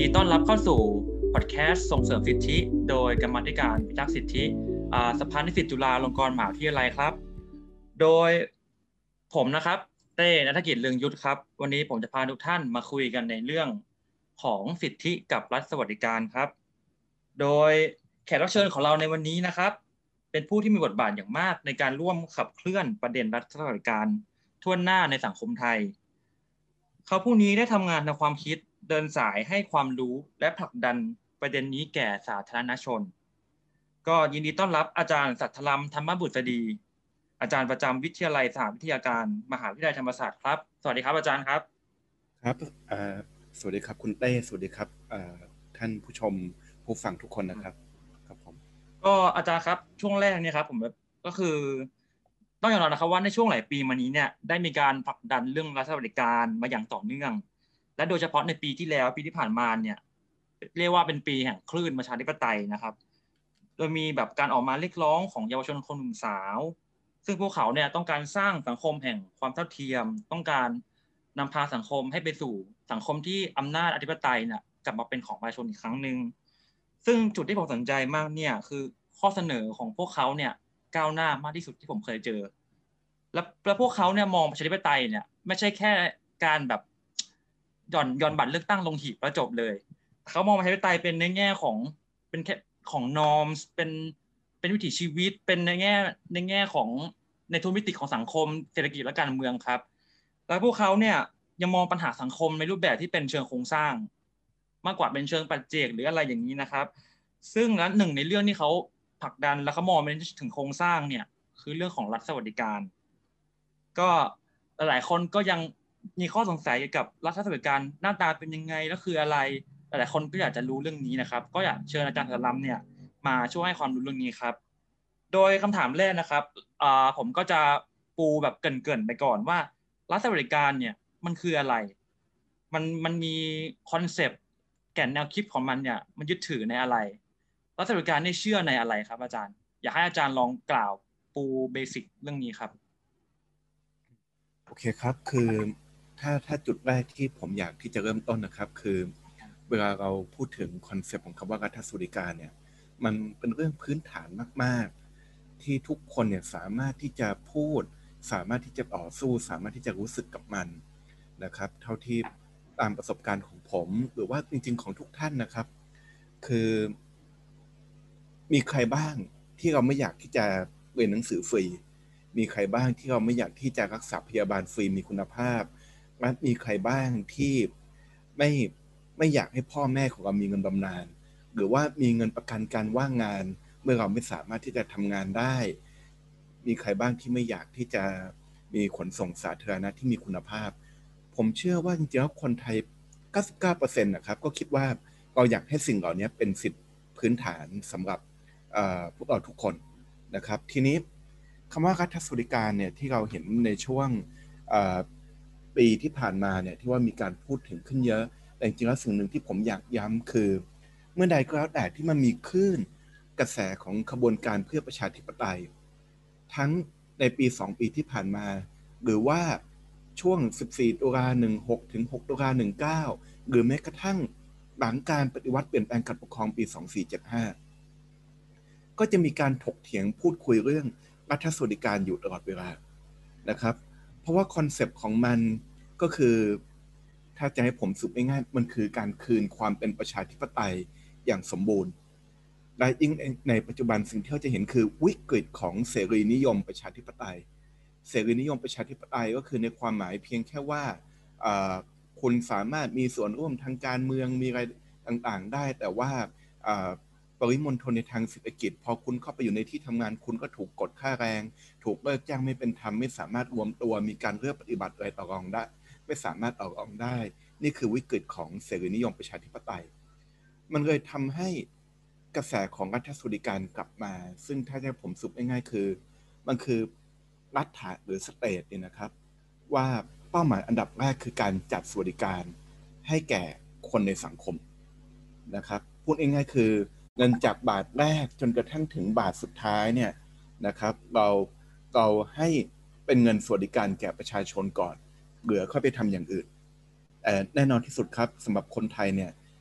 ต้อนรับเข้าสู่พอดแคสต์ส่งเสริมสิทธิโดยกรรมาธิการพิทักษ์สิทธิสภานิสิตจุฬาลงกรณ์มหาวิทยาลัยครับโดยผมนะครับเต้ณัฐกิจเรืองยุทธครับวันนี้ผมจะพาทุกท่านมาคุยกันในเรื่องของสิทธิกับรัฐสวัสดิการครับโดยแขกรับเชิญของเราในวันนี้นะครับเป็นผู้ที่มีบทบาทอย่างมากในการร่วมขับเคลื่อนประเด็นรัฐสวัสดิการทั่วหน้าในสังคมไทยเขาผู้นี้ได้ทำงานทางความคิดเดินสายให้ความรู้และผลักดันประเด็นนี้แก่สาธารณชนก็ยินดีต้อนรับอาจารย์สัทธลัมธรรมบุษดีอาจารย์ประจำวิทยาลัยสหวิทยาการมหาวิทยาลัยธรรมศาสตร์ครับสวัสดีครับอาจารย์ครับครับสวัสดีครับคุณเต้สวัสดีครับท่านผู้ชมผู้ฟังทุกคนนะครับครับผมก็อาจารย์ครับช่วงแรกเนี่ยครับผมก็คือต้องยอมรับนะครับว่าในช่วงหลายปีมานี้เนี่ยได้มีการผลักดันเรื่องรัฐสวัสดิการมาอย่างต่อเนื่องและโดยเฉพาะในปีที่แล้วปีที่ผ่านมาเนี่ยเรียกว่าเป็นปีแห่งคลื่นประชาธิปไตยนะครับโดยมีแบบการออกมาเรียกร้องของเยาวชนคนหนุ่มสาวซึ่งพวกเขาเนี่ยต้องการสร้างสังคมแห่งความเท่าเทียมต้องการนำพาสังคมให้ไปสู่สังคมที่อำนาจอธิปไตยเนี่ยกลับมาเป็นของประชาชนอีกครั้งหนึ่ง ซึ่งจุดที่ผมสนใจมากเนี่ยคือข้อเสนอของพวกเขาเนี่ยก้าวหน้ามากที่สุดที่ผมเคยเจอแล้วพวกเขาเนี่ยมองประชาธิปไตยเนี่ยไม่ใช่แค่การแบบหย่อนบัตรเลือกตั้งลงหีบแล้วจบเลยเขามองประชาธิปไตยเป็นในแง่ของเป็นแค่ของ norms เป็นวิถีชีวิตเป็นในแง่ของในทุกมิติของสังคมเศรษฐกิจและการเมืองครับแล้วพวกเขาเนี่ยยังมองปัญหาสังคมในรูปแบบที่เป็นเชิงโครงสร้างมากกว่าเป็นเชิงปัจเจกหรืออะไรอย่างนี้นะครับซึ่งหนึ่งในเรื่องที่เขาผลักดันและเขามองไปถึงโครงสร้างเนี่ยคือเรื่องของรัฐสวัสดิการก็หลายคนก็ยังมีข้อสงสัยเกี่ยวกับรัฐสวัสดิการหน้าตาเป็นยังไงและคืออะไรหลายคนก็อยากจะรู้เรื่องนี้นะครับก็อยากเชิญอาจารย์สลัมเนี่ยมาช่วยให้ความรู้เรื่องนี้ครับโดยคำถามแรกนะครับผมก็จะปูแบบเกริ่นๆไปก่อนว่ารัฐสวัสดิการเนี่ยมันคืออะไรมันมีคอนเซปต์แก่นแนวคิดของมันเนี่ยมันยึดถือในอะไรรัฐสวัสดิการนี่เชื่อในอะไรครับอาจารย์อยากให้อาจารย์ลองกล่าวปูเบสิกเรื่องนี้ครับโอเคครับคือถ้าจุดแรกที่ผมอยากที่จะเริ่มต้นนะครับคือเวลาเราพูดถึงคอนเซปต์ของคำว่ารัฐสวัสดิการเนี่ยมันเป็นเรื่องพื้นฐานมากๆที่ทุกคนเนี่ยสามารถที่จะพูดสามารถที่จะต่อสู้สามารถที่จะรู้สึกกับมันนะครับเท่าที่ตามประสบการณ์ของผมหรือว่าจริงๆของทุกท่านนะครับคือมีใครบ้างที่เราไม่อยากที่จะเรียนหนังสือฟรีมีใครบ้างที่เราไม่อยากที่จะรักษาพยาบาลฟรีมีคุณภาพและมีใครบ้างที่ไม่ไม่อยากให้พ่อแม่ของเรามีเงินบำนาญหรือว่ามีเงินประกันการว่างงานเมื่อเราไม่สามารถที่จะทำงานได้มีใครบ้างที่ไม่อยากที่จะมีขนส่งสาธารณะที่มีคุณภาพผมเชื่อว่าจริงๆแล้วคนไทย 99% นะครับก็คิดว่าเราอยากให้สิ่งเหล่านี้เป็นสิทธิพื้นฐานสำหรับพวกเราทุกคนนะครับทีนี้คำว่ารัฐสวัสดิการเนี่ยที่เราเห็นในช่วงปีที่ผ่านมาเนี่ยที่ว่ามีการพูดถึงขึ้นเยอะแต่จริงๆแล้วสิ่งหนึ่งที่ผมอยากย้ำคือเมื่อใดก็แล้วแต่ที่มันมีคลื่นกระแสของขบวนการเพื่อประชาธิปไตยทั้งในปี2 ปีที่ผ่านมาหรือว่าช่วง14ตุลา16ถึง6ตุลา19หรือแม้กระทั่งหลังการปฏิวัติเปลี่ยนแปลงการปกครองปี2475ก็จะมีการถกเถียงพูดคุยเรื่องรัฐสวัสดิการอยู่ตลอดเวลานะครับเพราะว่าคอนเซปต์ของมันก็คือถ้าจะให้ผมสรุปง่ายๆมันคือการคืนความเป็นประชาธิปไตยอย่างสมบูรณ์และยิ่งในปัจจุบันสิ่งที่เราจะเห็นคือวิกฤตของเสรีนิยมประชาธิปไตยเสรีนิยมประชาธิปไตยก็คือในความหมายเพียงแค่ว่าคุณสามารถมีส่วนร่วมทางการเมืองมีอะไรต่างๆได้แต่ว่าปริมณฑลในทางเศรษฐกิจพอคุณเข้าไปอยู่ในที่ทำงานคุณก็ถูกกดค่าแรงถูกเลิกจ้างไม่เป็นธรรมไม่สามารถรวมตัวมีการเลือกปฏิบัติอะไรต่อรองได้ไม่สามารถต่อรองได้นี่คือวิกฤตของเสรีนิยมประชาธิปไตยมันเลยทำให้กระแสของรัฐสวัสดิการกลับมาซึ่งถ้าจะผมสรุปง่ายๆคือมันคือรัฐหรือสเตทเนี่ยนะครับว่าเป้าหมายอันดับแรกคือการจัดสวัสดิการให้แก่คนในสังคมนะครับพูดง่ายๆคือเงินจากบาทแรกจนกระทั่งถึงบาทสุดท้ายเนี่ยนะครับเราให้เป็นเงินสวัสดิการแก่ประชาชนก่อนเหลือค่อยไปทำอย่างอื่นแต่แน่นอนที่สุดครับสำหรับคนไทยเนี่ย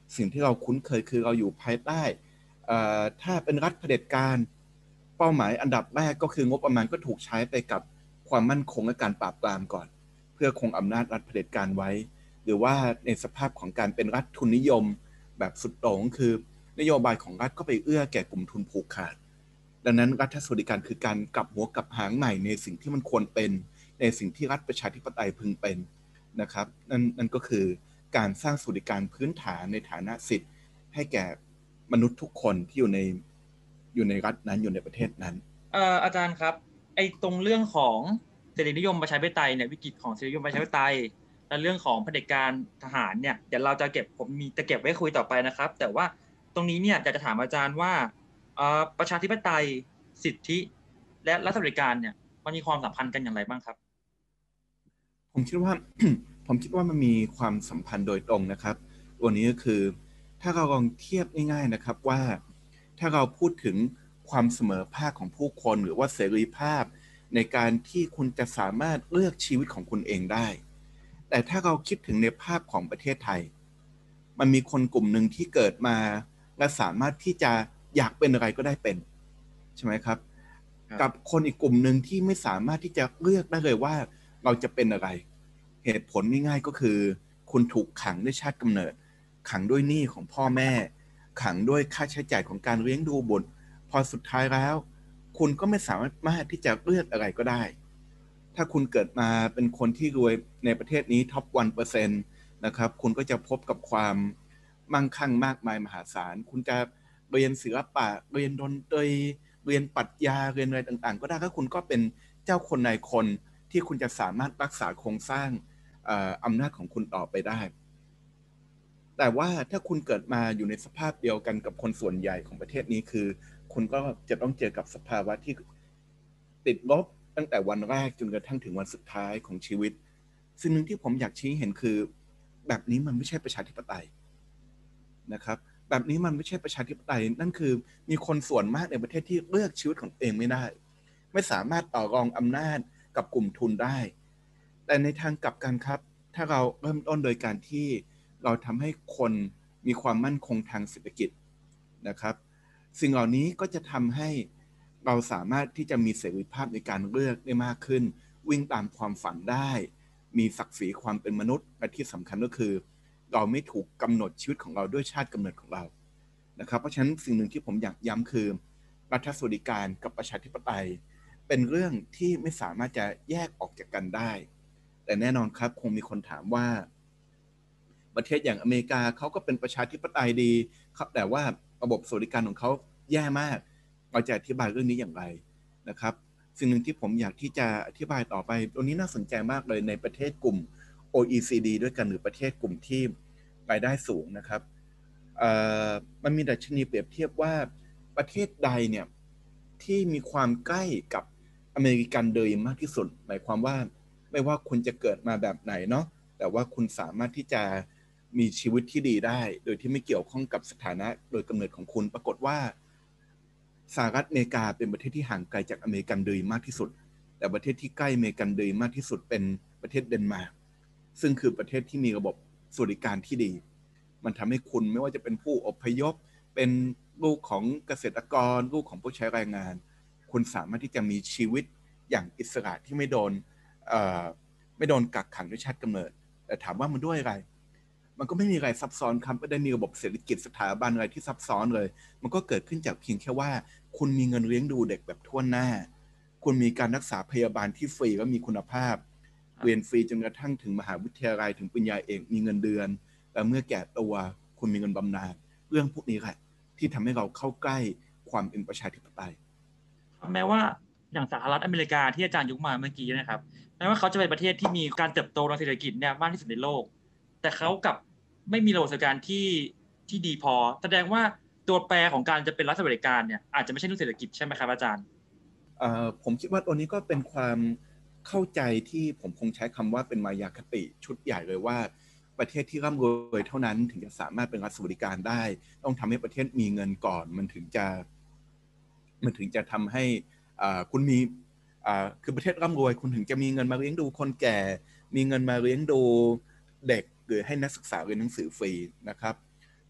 สิ่งที่เราคุ้นเคยคือเราอยู่ภายใต้ถ้าเป็นรัฐเผด็จการเป้าหมายอันดับแรกก็คืองบประมาณก็ถูกใช้ไปกับความมั่นคงและการปราบปรามก่อนเพื่อคงอำนาจรัฐเผด็จการไว้หรือว่าในสภาพของการเป็นรัฐทุนนิยมแบบสุดโต่งคือนโยบายของรัฐก็ไปเอื้อแก่กลุ่มทุนผูกขาดดังนั้นรัฐสวัสดิการคือการกลับหัวกลับหางใหม่ในสิ่งที่มันควรเป็นในสิ่งที่รัฐประชาธิปไตยพึงเป็นนะครับนั่นก็คือการสร้างสวัสดิการพื้นฐานในฐานะสิทธิ์ให้แก่มนุษย์ทุกคนที่อยู่ในรัฐนั้นอยู่ในประเทศนั้นอาจารย์ครับไอ้ตรงเรื่องของเสรีนิยมประชาธิปไตยเนี่ยวิกฤตของเสรีนิยมประชาธิปไตยและเรื่องของเผด็จการทหารเนี่ยเดี๋ยวเราจะผมจะเก็บไว้คุยต่อไปนะครับแต่ว่าตรงนี้เนี่ยอยากจะถามอาจารย์ว่าประชาธิปไตยสิทธิและรัฐสวัสดิการเนี่ยมันมีความสัมพันธ์กันอย่างไรบ้างครับผมคิดว่า ผมคิดว่ามันมีความสัมพันธ์โดยตรงนะครับวันนี้ก็คือถ้าเราลองเทียบง่ายๆนะครับว่าถ้าเราพูดถึงความเสมอภาคของผู้คนหรือว่าเสรีภาพในการที่คุณจะสามารถเลือกชีวิตของคุณเองได้แต่ถ้าเราคิดถึงในภาพของประเทศไทยมันมีคนกลุ่มหนึ่งที่เกิดมาและสามารถที่จะอยากเป็นอะไรก็ได้เป็นใช่ไหมครับกับคนอีกกลุ่มหนึ่งที่ไม่สามารถที่จะเลือกได้เลยว่าเราจะเป็นอะไรเหตุผลง่ายๆก็คือคุณถูกขังด้วยชาติกำเนิดขังด้วยหนี้ของพ่อแม่ขังด้วยค่าใช้จ่ายของการเลี้ยงดูบุตรพอสุดท้ายแล้วคุณก็ไม่สามารถที่จะเลือกอะไรก็ได้ถ้าคุณเกิดมาเป็นคนที่รวยในประเทศนี้ท็อป 1% นะครับคุณก็จะพบกับความมั่งคั่งมากมายมหาศาลคุณจะเรียนศิลปะเรียนดนตรีเรียนปรัชญาเรียนอะไรต่างๆก็ได้ถ้าคุณก็เป็นเจ้าคนนายคนที่คุณจะสามารถรักษาโครงสร้างอำนาจของคุณต่อไปได้แต่ว่าถ้าคุณเกิดมาอยู่ในสภาพเดียวกันกับคนส่วนใหญ่ของประเทศนี้คือคุณก็จะต้องเจอกับสภาวะที่ติดลบตั้งแต่วันแรกจนกระทั่งถึงวันสุดท้ายของชีวิตสิ่งหนึ่งที่ผมอยากชี้เห็นคือแบบนี้มันไม่ใช่ประชาธิปไตยนะครับแบบนี้มันไม่ใช่ประชาธิปไตยนั่นคือมีคนส่วนมากในประเทศที่เลือกชีวิตของตัวเองไม่ได้ไม่สามารถต่อรองอำนาจกับกลุ่มทุนได้แต่ในทางกลับกันครับถ้าเราเริ่มต้นโดยการที่เราทำให้คนมีความมั่นคงทางเศรษฐกิจนะครับสิ่งเหล่านี้ก็จะทำให้เราสามารถที่จะมีเสรีภาพในการเลือกได้มากขึ้นวิ่งตามความฝันได้มีศักดิ์ศรีความเป็นมนุษย์และที่สำคัญก็คือเราไม่ถูกกำหนดชีวิตของเราด้วยชาติกำเนิดของเรานะครับเพราะฉะนั้นสิ่งหนึ่งที่ผมอยากย้ำคือรัฐสวัสดิการกับประชาธิปไตยเป็นเรื่องที่ไม่สามารถจะแยกออกจากกันได้แต่แน่นอนครับคงมีคนถามว่าประเทศอย่างอเมริกาเขาก็เป็นประชาธิปไตยดีครับแต่ว่าระบบสวัสดิการของเขาแย่มากเราจะอธิบายเรื่องนี้อย่างไรนะครับสิ่งหนึ่งที่ผมอยากที่จะอธิบายต่อไปตัวนี้น่าสนใจมากเลยในประเทศกลุ่ม OECD ด้วยกันหรือประเทศกลุ่มที่รายได้สูงนะครับมันมีดัชนีเปรียบเทียบว่าประเทศใดเนี่ยที่มีความใกล้กับอเมริกันเดิมมากที่สุดหมายความว่าไม่ว่าคุณจะเกิดมาแบบไหนเนาะแต่ว่าคุณสามารถที่จะมีชีวิตที่ดีได้โดยที่ไม่เกี่ยวข้องกับสถานะโดยกำเนิดของคุณปรากฏว่าสหรัฐอเมริกาเป็นประเทศที่ห่างไกลจากอเมริกันเดิมมากที่สุดแต่ประเทศที่ใกล้อเมริกันเดิมมากที่สุดเป็นประเทศเดนมาร์กซึ่งคือประเทศที่มีระบบสวัสดิการที่ดีมันทำให้คุณไม่ว่าจะเป็นผู้อพยพเป็นลูกของเกษตรกรลูกของผู้ใช้แรงงานคุณสามารถที่จะมีชีวิตอย่างอิสระที่ไม่โดนกักขังด้วยชาติกำเนิดแต่ถามว่ามันด้วยอะไรมันก็ไม่มีอะไรซับซ้อนครับไม่ได้มีระบบเศรษฐกิจสถาบันอะไรที่ซับซ้อนเลยมันก็เกิดขึ้นจากเพียงแค่ว่าคุณมีเงินเลี้ยงดูเด็กแบบทั่วหน้าคุณมีการรักษาพยาบาลที่ฟรีและมีคุณภาพเรียนฟรีจนกระทั่งถึงมหาวิทยาลัยถึงปริญญาเอกมีเงินเดือนแต่เมื่อแก่ตัวคุณมีเงินบำนาญเรื่องพวกนี้แหละที่ทำให้เราเข้าใกล้ความเป็นประชาธิปไตยแม้ว่าอย่างสหรัฐอเมริกาที่อาจารย์ยกมาเมื่อกี้นะครับแม้ว่าเขาจะเป็นประเทศที่มีการเติบโตทางเศรษฐกิจเนี่ยมากที่สุดในโลกแต่เขากับไม่มีระบบสวัสดิการที่ดีพอแสดงว่าตัวแปรของการจะเป็นรัฐสวัสดิการเนี่ยอาจจะไม่ใช่เรื่องเศรษฐกิจใช่ไหมครับอาจารย์ผมคิดว่าตัวนี้ก็เป็นความเข้าใจที่ผมคงใช้คำว่าเป็นมายาคติชุดใหญ่เลยว่าประเทศที่ร่ำรวยเท่านั้นถึงจะสามารถเป็นรัฐสวัสดิการได้ต้องทำให้ประเทศมีเงินก่อนมันถึงจะทำให้คุณมีคือประเทศร่ำรวยคุณถึงจะมีเงินมาเลี้ยงดูคนแก่มีเงินมาเลี้ยงดูเด็กหรือให้นักศึกษาเรียนหนังสือฟรีนะครับ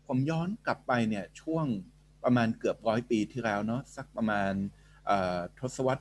ผมย้อนกลับไปเนี่ยช่วงประมาณเกือบ100 ปีที่แล้วเนาะสักประมาณทศวรรษ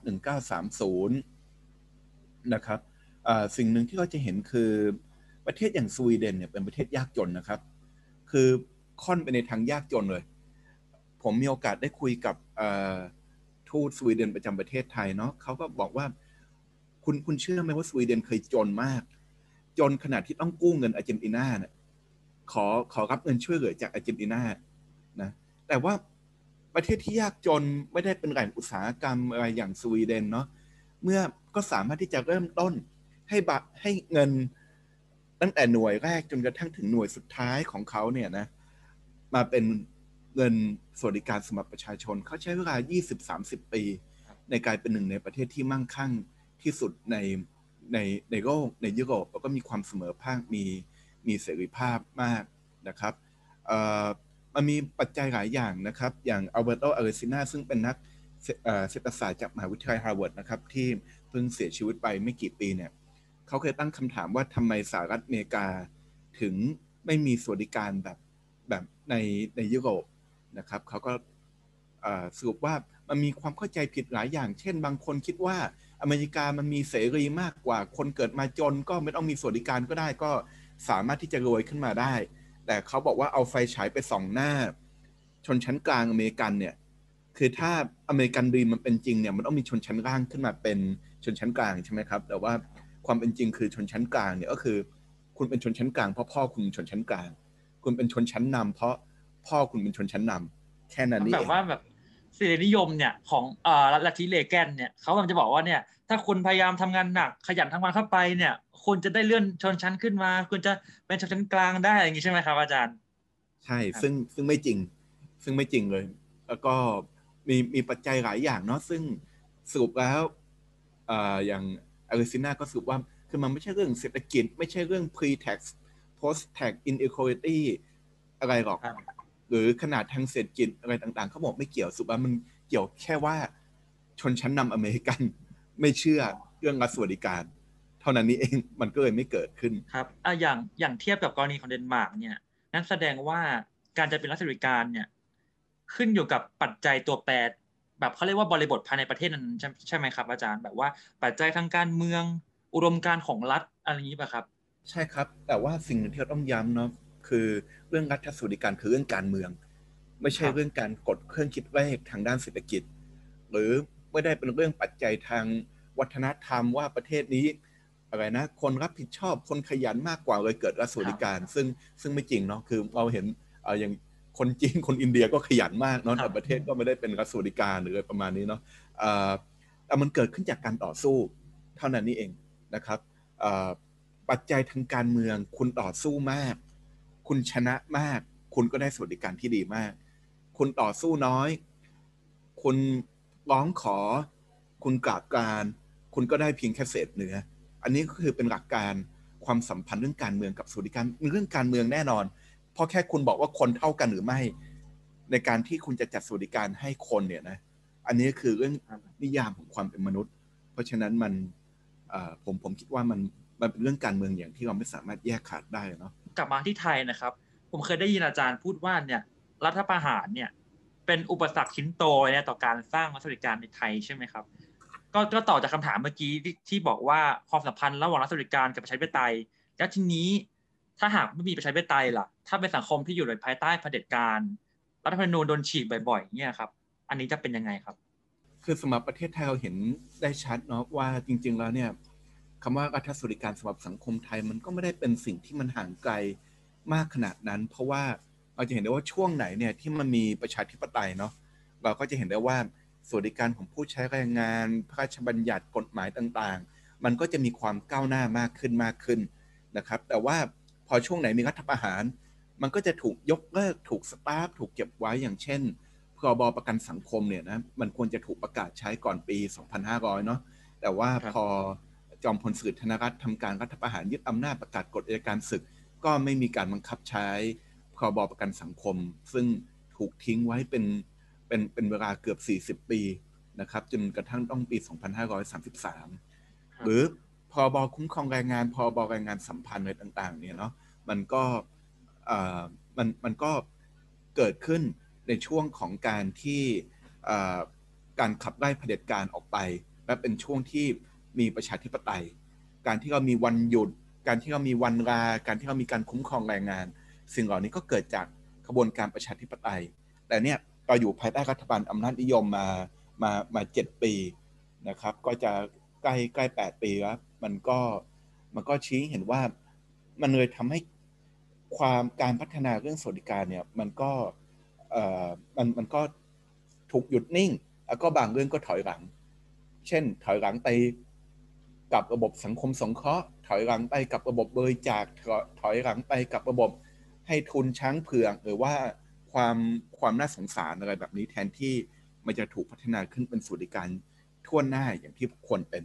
1930นะครับสิ่งหนึ่งที่เราจะเห็นคือประเทศอย่างสวีเดนเนี่ยเป็นประเทศยากจนนะครับคือค่อนไปในทางยากจนเลยผมมีโอกาสได้คุยกับทูตสวีเดนประจำประเทศไทยเนาะเขาก็บอกว่าคุณเชื่อไหมว่าสวีเดนเคยจนมากจนขนาดที่ต้องกู้เงินอาร์เจนตินาเนี่ยขอรับเงินช่วยเหลือจากอาร์เจนตินานะแต่ว่าประเทศที่ยากจนไม่ได้เป็นแหล่งอุตสาหกรรมอะไรอย่างสวีเดนเนาะเมื่อก็สามารถที่จะเริ่มต้นให้เงินตั้งแต่หน่วยแรกจนกระทั่งถึงหน่วยสุดท้ายของเขาเนี่ยนะมาเป็นเงินสวัสดิการสำหรับประชาชนเขาใช้เวลา 20-30 ปีในการเป็นหนึ่งในประเทศที่มั่งคั่งที่สุดในโลกในยุโรปแล้วก็มีความเสมอภาคมีเสรีภาพมากนะครับมันมีปัจจัยหลายอย่างนะครับอย่างอัลเบร์โตอาเรซินาซึ่งเป็นนักเศรษฐศาสตร์จากมหาวิทยาลัยฮาร์วาร์ดนะครับที่เพิ่งเสียชีวิตไปไม่กี่ปีเนี่ยเขาเคยตั้งคำถามว่าทำไมสหรัฐอเมริกาถึงไม่มีสวัสดิการแบบในยุโรปนะครับเขาก็สรุปว่ามันมีความเข้าใจผิดหลายอย่างเช่นบางคนคิดว่าอเมริกามันมีเสรีมากกว่าคนเกิดมาจนก็ไม่ต้องมีสวัสดิการก็ได้ก็สามารถที่จะรวยขึ้นมาได้แต่เขาบอกว่าเอาไฟฉายไปส่องหน้าชนชั้นกลางอเมริกันเนี่ยคือถ้าอเมริกันดรีมมันเป็นจริงเนี่ยมันต้องมีชนชั้นล่างขึ้นมาเป็นชนชั้นกลางใช่ไหมครับแต่ว่าความเป็นจริงคือชนชั้นกลางเนี่ยก็คือคุณเป็นชนชั้นกลางเพราะพ่อคุณเป็นชนชั้นกลางคุณเป็นชนชั้นนำเพราะพ่อคุณเป็นชนชั้นนำแค่นั้นนี่เองแบบว่าแบบเสรีนิยมเนี่ยของลัทธิเลแกนเนี่ยเขาจะบอกว่าเนี่ยถ้าคุณพยายามทำงานหนักขยันทำงานเข้าไปเนี่ยคุณจะได้เลื่อนชนชั้นขึ้นมาคุณจะเป็นชนชั้นกลางได้อย่างนี้ใช่ไหมครับอาจารย์ใช่ซึ่งไม่จริงเลยแล้วก็มีปัจจัยหลายอย่างเนาะซึ่งสรุปแล้วอย่างอาริซินาก็สรุปว่าคือมันไม่ใช่เรื่องเศรษฐกิจไม่ใช่เรื่อง pre-tax post-tax inequality อะไรหรอกหรือขนาดทางเศรษฐกิจอะไรต่างๆเขาบอกไม่เกี่ยวสุดว่ามันเกี่ยวแค่ว่าชนชั้นนำอเมริกันไม่เชื่อเรื่องรัฐสวัสดิการเท่านั้นนี้เองมันก็เลยไม่เกิดขึ้นครับอย่างเทียบกับกรณีของเดนมาร์กเนี่ยนั่นแสดงว่าการจะเป็นรัฐสวัสดิการเนี่ยขึ้นอยู่กับปัจจัยตัวแปรแบบเขาเรียกว่าบริบทภายในประเทศนั้นใช่ไหมครับอาจารย์แบบว่าปัจจัยทางการเมืองอุดมการณ์ของรัฐอะไรอย่างนี้ป่ะครับใช่ครับแต่ว่าสิ่งหนึ่งที่เราต้องย้ำเนาะคือเรื่องรัฐสวัสดิการคือเรื่องการเมืองไม่คใช่รับเรื่องการกดเครื่องคิดเลขทางด้านเศรษฐกิจหรือไม่ได้เป็นเรื่องปัจจัยทางวัฒนธรรมว่าประเทศนี้อะไรนะคนรับผิดชอบคนขยันมากกว่าเลยเกิดรัฐสวัสดิการซึ่งไม่จริงเนาะคือเราเห็นอย่างคนจีนคนอินเดียก็ขยันมากเนาะแต่ประเทศก็ไม่ได้เป็นรัฐสวัสดิการหรืออะไรประมาณนี้เนาะแต่มันเกิดขึ้นจากการต่อสู้เท่านั้นนี่เองนะครับปัจจัยทางการเมืองคุณต่อสู้มากคุณชนะมากคุณก็ได้สวัสดิการที่ดีมากคุณต่อสู้น้อยคุณร้องขอคุณกราบกรานคุณก็ได้เพียงแค่เศษเนื้ออันนี้ก็คือเป็นหลักการความสัมพันธ์เรื่องการเมืองกับสวัสดิการเรื่องการเมืองแน่นอนเพราะแค่คุณบอกว่าคนเท่ากันหรือไม่ในการที่คุณจะจัดสวัสดิการให้คนเนี่ยนะอันนี้คือเรื่องนิยามของความเป็นมนุษย์เพราะฉะนั้นผมคิดว่ามันเป็นเรื่องการเมืองอย่างที่เราไม่สามารถแยกขาดได้เนาะกลับมาที่ไทยนะครับผมเคยได้ยินอาจารย์พูดว่าเนี่ยรัฐประหารเนี่ยเป็นอุปสรรคชิ้นโตเนี่ยต่อการสร้างรัฐสวัสดิการในไทยใช่ไหมครับก็ต่อจากคำถามเมื่อกี้ที่บอกว่าความสัมพันธ์ระหว่างรัฐสวัสดิการกับประชาธิปไตยแล้วทีนี้ถ้าหากไม่มีประชาธิปไตยล่ะถ้าเป็นสังคมที่อยู่ภายใต้เผด็จการรัฐธรรมนูญโดนฉีกบ่อยๆเนี่ยครับอันนี้จะเป็นยังไงครับคือสำหรับประเทศไทยเราเห็นได้ชัดเนาะว่าจริงๆแล้วเนี่ยคำว่ารัฐสวัสดิการสำหรับสังคมไทยมันก็ไม่ได้เป็นสิ่งที่มันห่างไกลมากขนาดนั้นเพราะว่าเราจะเห็นได้ว่าช่วงไหนเนี่ยที่มันมีประชาธิปไตยเนาะเราก็จะเห็นได้ว่าสวัสดิการของผู้ใช้แรงงานพระราชบัญญัติกฎหมายต่างๆมันก็จะมีความก้าวหน้ามากขึ้นนะครับแต่ว่าพอช่วงไหนมีรัฐประหารมันก็จะถูกยกเลิกถูกสตาร์ฟถูกเก็บไว้อย่างเช่นพรบประกันสังคมเนี่ยนะมันควรจะถูกประกาศใช้ก่อนปี 2500 เนาะแต่ว่าพอจอมพลสฤษดิ์ธนรัตน์ทำการรัฐประหารยึดอำนาจประกาศกฎอัยการศึกก็ไม่มีการบังคับใช้พรบประกันสังคมซึ่งถูกทิ้งไว้เป็นเวลาเกือบ40 ปีนะครับจนกระทั่งต้องปี 2533 หรือพรบคุ้มครองแรงงานพรบแรงงานสัมพันธ์อะไรต่างๆเนี่ยเนาะมันก็เกิดขึ้นในช่วงของการที่การขับไล่เผด็จการออกไปและเป็นช่วงที่มีประชาธิปไตยการที่เรามีวันหยุดการที่เรามีวันลาการที่เรามีการคุ้มครองแรงงานสิ่งเหล่านี้ก็เกิดจากกระบวนการประชาธิปไตยแต่เนี่ยเราอยู่ภายใต้รัฐบาลอำนาจนิยมมา7 ปีนะครับก็จะใกล้8 ปีแล้วมันก็ชี้เห็นว่ามันเลยทำให้การพัฒนาเรื่องสวัสดิการเนี่ยมันก็ถูกหยุดนิ่งแล้วก็บางเรื่องก็ถอยหลังเช่นถอยหลังไปกับระบบสังคมสงเคราะห์ถอยหลังไปกับระบบบริจาคถอยหลังไปกับระบบให้ทุนช้างเผือกหรือว่าความน่าสงสารอะไรแบบนี้แทนที่มันจะถูกพัฒนาขึ้นเป็นสวัสดิการทั่วหน้าอย่างที่ควรเป็น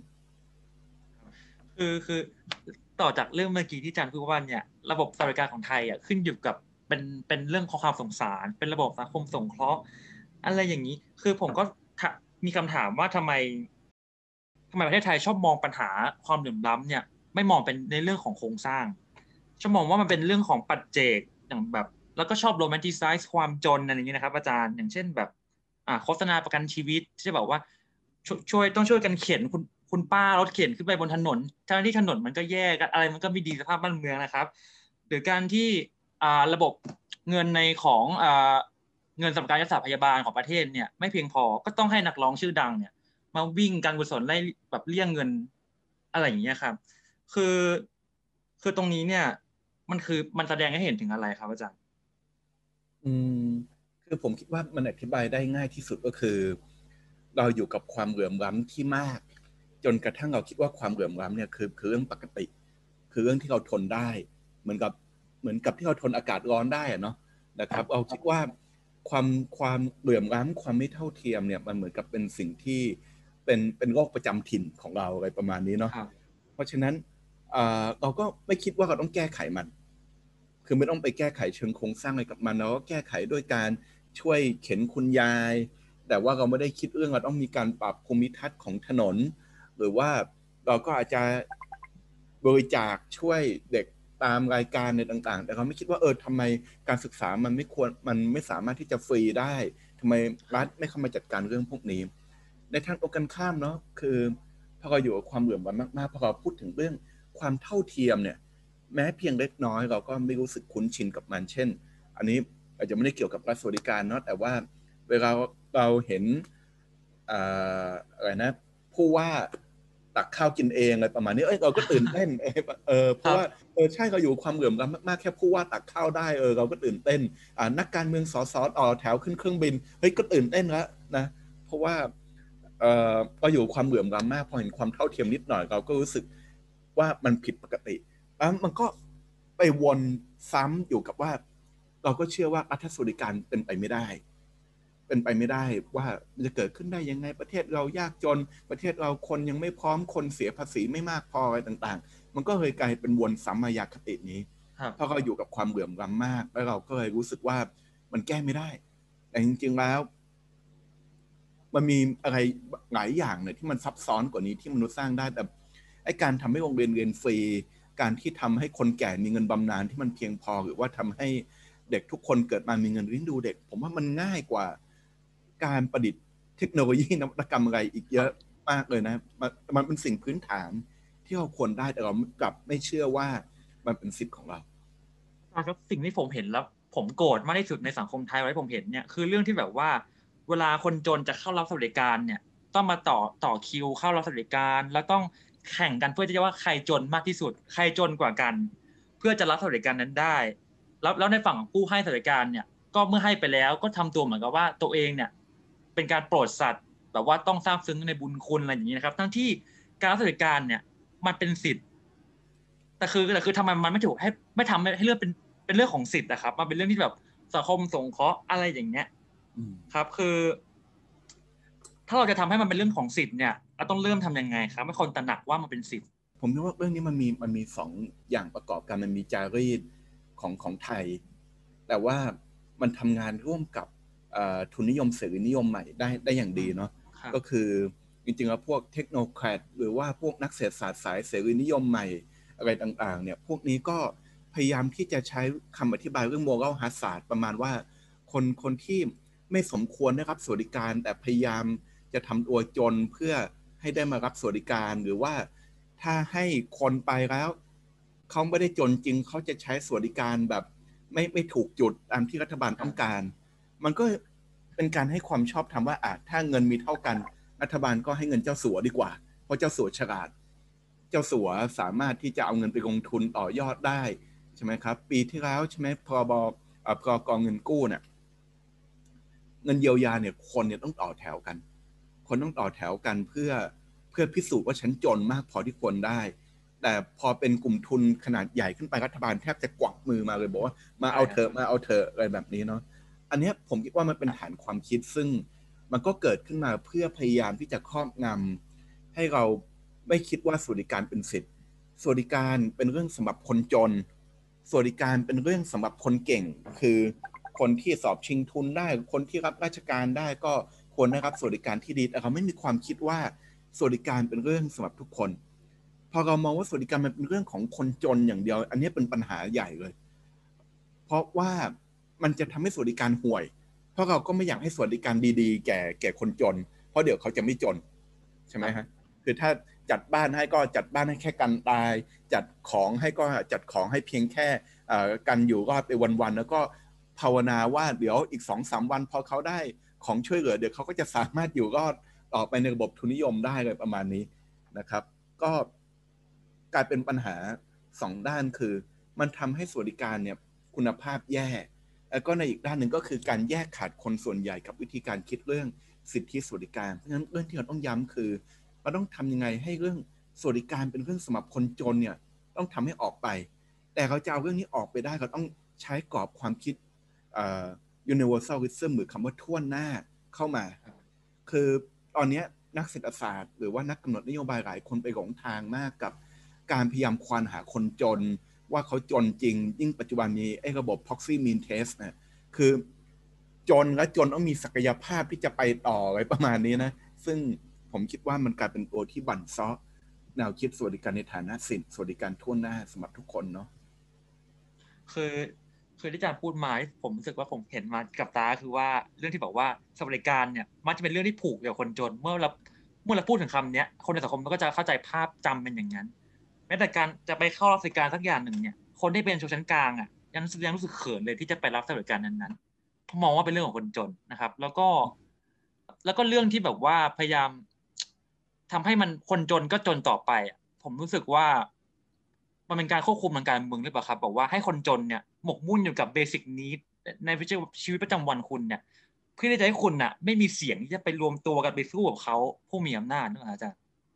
คือต่อจากเรื่องเมื่อกี้ที่อาจารย์พูดว่าเนี่ยระบบสวัสดิการของไทยขึ้นอยู่กับเป็นเรื่องของความสงสารเป็นระบบสังคมสงเคราะห์อะไรอย่างนี้คือผมก็มีคำถามว่าทำไมประเทศไทยชอบมองปัญหาความเหลื่อมล้ำเนี่ยไม่มองเป็นในเรื่องของโครงสร้างชอบมองว่ามันเป็นเรื่องของปัจเจกอย่างแบบแล้วก็ชอบโรแมนติไซซ์ความจนอะไรอย่างนี้นะครับอาจารย์อย่างเช่นแบบโฆษณาประกันชีวิตที่จะบอกว่าต้องช่วยกันเข็นคุณป้ารถเข็นขึ้นไปบนถนนทั้งที่ถนนมันก็แย่กันอะไรมันก็ไม่ดีสภาพบ้านเมืองนะครับหรือการที่ระบบเงินในของเงินสำหรับการรักษาพยาบาลของประเทศเนี่ยไม่เพียงพอก็ต้องให้นักร้องชื่อดังเนี่ยมาวิ่งการกุศลไล่แบบเลี่ยงเงินอะไรอย่างเงี้ยครับคือตรงนี้เนี่ยมันแสดงให้เห็นถึงอะไรครับอาจารย์คือผมคิดว่ามันอธิบายได้ง่ายที่สุดก็คือเราอยู่กับความเหลื่อมล้ำที่มากจนกระทั่งเราคิดว่าความเหลื่อมล้ำเนี่ยคือเรื่องปกติคือเรื่องที่เราทนได้เหมือนกับที่เราทนอากาศร้อนได้อะเนาะนะครับเราคิดว่าความเหลื่อมล้ำความไม่เท่าเทียมเนี่ยมันเหมือนกับเป็นสิ่งที่เป็นโรคประจำถิ่นของเราอะไรประมาณนี้เนาะเพราะฉะนั้นเราก็ไม่คิดว่าเราต้องแก้ไขมันคือไม่ต้องไปแก้ไขเชิงโครงสร้างอะไรกับมันเราก็แก้ไขด้วยการช่วยเข็นคุณยายแต่ว่าเราไม่ได้คิดเรื่องเราต้องมีการปรับภูมิทัศน์ของถนนหรือว่าเราก็อาจจะบริจาคช่วยเด็กตามรายการในต่างๆแต่เราไม่คิดว่าทำไมการศึกษามันไม่สามารถที่จะฟรีได้ทำไมรัฐไม่เข้ามาจัดการเรื่องพวกนี้ในทางตรงกันข้ามเนาะคือพอเราอยู่กับความเหลื่อมล้ำมากๆพอเราพูดถึงเรื่องความเท่าเทียมเนี่ยแม้เพียงเล็กน้อยเราก็ไม่รู้สึกคุ้นชินกับมันเช่นอันนี้อาจจะไม่ได้เกี่ยวกับรัฐสวัสดิการเนาะแต่ว่าเวลาเราเห็นอะไรนะผู้ว่าตักข้าวกินเองอะไรประมาณนี้เราก็ตื่นเต้นเพราะว่าใช่เราอยู่ความเหลื่อมล้ำมากๆแค่ผู้ว่าตักข้าวได้เราก็ตื่นเต้นนักการเมืองสสต่อแถวขึ้นเครื่องบินก็ตื่นเต้นแล้วนะเพราะว่าเราอยู่ความเหลื่อมล้ำมากพอเห็นความเท่าเทียมนิดหน่อยเราก็รู้สึกว่ามันผิดปกติมันก็ไปวนซ้ำอยู่กับว่าเราก็เชื่อว่ารัฐสวัสดิการเป็นไปไม่ได้ว่ามันจะเกิดขึ้นได้ยังไงประเทศเรายากจนประเทศเราคนยังไม่พร้อมคนเสียภาษีไม่มากพออะไรต่างๆมันก็เลยกลายเป็นวนสัมมายาคตินี้เพราะเราอยู่กับความเหลื่อมล้ำมากแล้วเราก็เลยรู้สึกว่ามันแก้ไม่ได้แต่จริงๆแล้วมันมีอะไรหลายอย่างเนี่ยที่มันซับซ้อนกว่านี้ที่มนุษย์สร้างได้แต่ไอ้การทำให้โรงเรียนเรียนฟรีการที่ทำให้คนแก่มีเงินบำนาญที่มันเพียงพอหรือว่าทำให้เด็กทุกคนเกิดมามีเงินเลี้ยงดูเด็กผมว่ามันง่ายกว่าการประดิษฐ์เทคโนโลยีนวัตกรรมอะไรอีกเยอะมากเลยนะมันเป็นสิ่งพื้นฐานที่เราควรได้แต่เรากลับไม่เชื่อว่ามันเป็นสิทธิ์ของเราครับสิ่งที่ผมเห็นแล้วผมโกรธมากที่สุดในสังคมไทยที่ผมเห็นเนี่ยคือเรื่องที่แบบว่าเวลาคนจนจะเข้ารับสวัสดิการเนี่ยต้องมาต่อคิวเข้ารับสวัสดิการแล้วต้องแข่งกันเพื่อที่จะว่าใครจนมากที่สุดใครจนกว่ากันเพื่อจะรับสวัสดิการนั้นได้แล้วในฝั่งของผู้ให้สวัสดิการเนี่ยก็เมื่อให้ไปแล้วก็ทำตัวเหมือนกับว่าตัวเองเนี่ยเป็นการโปรดสัตว์แบบว่าต้องซาบซึ้งในบุญคุณอะไรอย่างนี้นะครับทั้งที่การรับสวัสดิการเนี่ยมันเป็นสิทธิ์แต่คือทำไมมันไม่ถูกไม่ทำให้เรื่องเป็นเรื่องของสิทธิ์นะครับมันเป็นเรื่องที่แบบสังคมสงเคราะห์อะไรอย่างเงี้ยครับคือถ้าเราจะทำให้มันเป็นเรื่องของสิทธิ์เนี่ยเราต้องเริ่มทำยังไงครับให้คนตระหนักว่ามันเป็นสิทธิ์ผมคิดว่าเรื่องนี้มันมี2 อย่างประกอบกันมันมีจารีตของไทยแต่ว่ามันทำงานร่วมกับทุนนิยมเสรีนิยมใหม่ได้อย่างดีเนาะก็คือจริงๆแล้วพวกเทคโนแครดหรือว่าพวกนักเศรษฐศาสตร์สายเสรีนิยมใหม่อะไรต่างๆเนี่ยพวกนี้ก็พยายามที่จะใช้คำอธิบายเรื่อง moral hazard ประมาณว่าคนที่ไม่สมควรได้รับสวัสดิการแต่พยายามจะทำตัวจนเพื่อให้ได้มารับสวัสดิการหรือว่าถ้าให้คนไปแล้วเขาไม่ได้จนจริงเขาจะใช้สวัสดิการแบบไม่ถูกจุดตามที่รัฐบาลต้องการมันก็เป็นการให้ความชอบธรรมว่าถ้าเงินมีเท่ากันรัฐบาลก็ให้เงินเจ้าสัวดีกว่าเพราะเจ้าสัวฉลาดเจ้าสัวสามารถที่จะเอาเงินไปลงทุนต่อยอดได้ใช่ไหมครับปีที่แล้วใช่ไหมพรบกองเงินกู้เนี่ยเงินเยียวยาเนี่ยคนเนี่ยต้องต่อแถวกันคนต้องต่อแถวกันเพื่อพิสูจน์ว่าฉันจนมากพอที่ควรได้แต่พอเป็นกลุ่มทุนขนาดใหญ่ขึ้นไปรัฐบาลแทบจะกวักมือมาเลยบอกว่ามาเอาเถอะมาเอาเถอะอะไรแบบนี้เนาะอันนี้ผมคิดว่ามันเป็นฐานความคิดซึ่งมันก็เกิดขึ้นมาเพื่อพยายามที่จะครอบงำให้เราไม่คิดว่าสวัสดิการเป็นสิทธิ์สวัสดิการเป็นเรื่องสำหรับคนจนสวัสดิการเป็นเรื่องสำหรับคนเก่งคือคนที่สอบชิงทุนได้คนที่รับราชการได้ก็ควรได้รับสวัสดิการที่ดีแต่เขาไม่มีความคิดว่าสวัสดิการเป็นเรื่องสำหรับทุกคนพอเรามองว่าสวัสดิการมันเป็นเรื่องของคนจนอย่างเดียวอันนี้เป็นปัญหาใหญ่เลยเพราะว่ามันจะทำให้สวัสดิการห่วยเพราะเราก็ไม่อยากให้สวัสดิการดีๆแก่คนจนเพราะเดี๋ยวเขาจะไม่จนใช่ไหมฮะคือถ้าจัดบ้านให้ก็จัดบ้านให้แค่กันตายจัดของให้ก็จัดของให้เพียงแค่กันอยู่รอดไปวันๆแล้วก็ภาวนาว่าเดี๋ยวอีก 2-3 วันพอเขาได้ของช่วยเหลือเดี๋ยวเขาก็จะสามารถอยู่รอดต่อไปในระบบทุนนิยมได้เลยประมาณนี้นะครับก็กลายเป็นปัญหา2ด้านคือมันทำให้สวัสดิการเนี่ยคุณภาพแย่แล้วก็ในอีกด้านหนึ่งก็คือการแยกขาดคนส่วนใหญ่กับวิธีการคิดเรื่องสิทธิสวัสดิการเพราะฉะนั้นเรื่องที่เราต้องย้ำคือเราต้องทำยังไงให้เรื่องสวัสดิการเป็นเรื่องสำหรับคนจนเนี่ยต้องทำให้ออกไปแต่เราจะเอาเรื่องนี้ออกไปได้เราต้องใช้กรอบความคิดuniversalism หรือคำว่าทั่วหน้าเข้ามาคือตอนนี้นักเศรษฐศาสตร์หรือว่านักกำหนดนโยบายหลายคนไปหลงทางมากกับการพยายามควานหาคนจนว่าเขาจนจริงยิ่งปัจจุบันนี้ไอ้ระบบ proxy mean test นะคือจนและจนต้องมีศักยภาพที่จะไปต่ออะไรประมาณนี้นะซึ่งผมคิดว่ามันกลายเป็นตัวที่บั่นซ้อแนวคิดสวัสดิการในฐานะสิทธิสวัสดิการทั่วหน้าสำหรับทุกคนเนาะคือที่อาจารย์พูดมาผมรู้สึกว่าผมเห็นมากับตาคือว่าเรื่องที่บอกว่าสวัสดิการเนี่ยมันจะเป็นเรื่องที่ผูกกับคนจนเมื่อเราพูดถึงคำนี้คนในสังคมก็จะเข้าใจภาพจำเป็นอย่างนั้นแม้แต่การจะไปเข้ารับสวัสดิการสักอย่างหนึ่งเนี่ยคนที่เป็นชนชั้นกลางยังรู้สึกเขินเลยที่จะไปรับสวัสดิการนั้นๆเพราะมองว่าเป็นเรื่องของคนจนนะครับแล้วก็เรื่องที่แบบว่าพยายามทำให้มันคนจนก็จนต่อไปผมรู้สึกว่ามันเป็นการควบคุมทางการเมืองหรือเปล่าครับบอกว่าให้คนจนเนี่ยหมกมุ่นอยู่กับเบสิกนีดในชีวิตประจำวันคุณเนี่ยเพื่อที่จะให้คุณน่ะไม่มีเสียงที่จะไปรวมตัวกันไปสู้กับเขาผู้มีอำนาจนะครับอาจารย์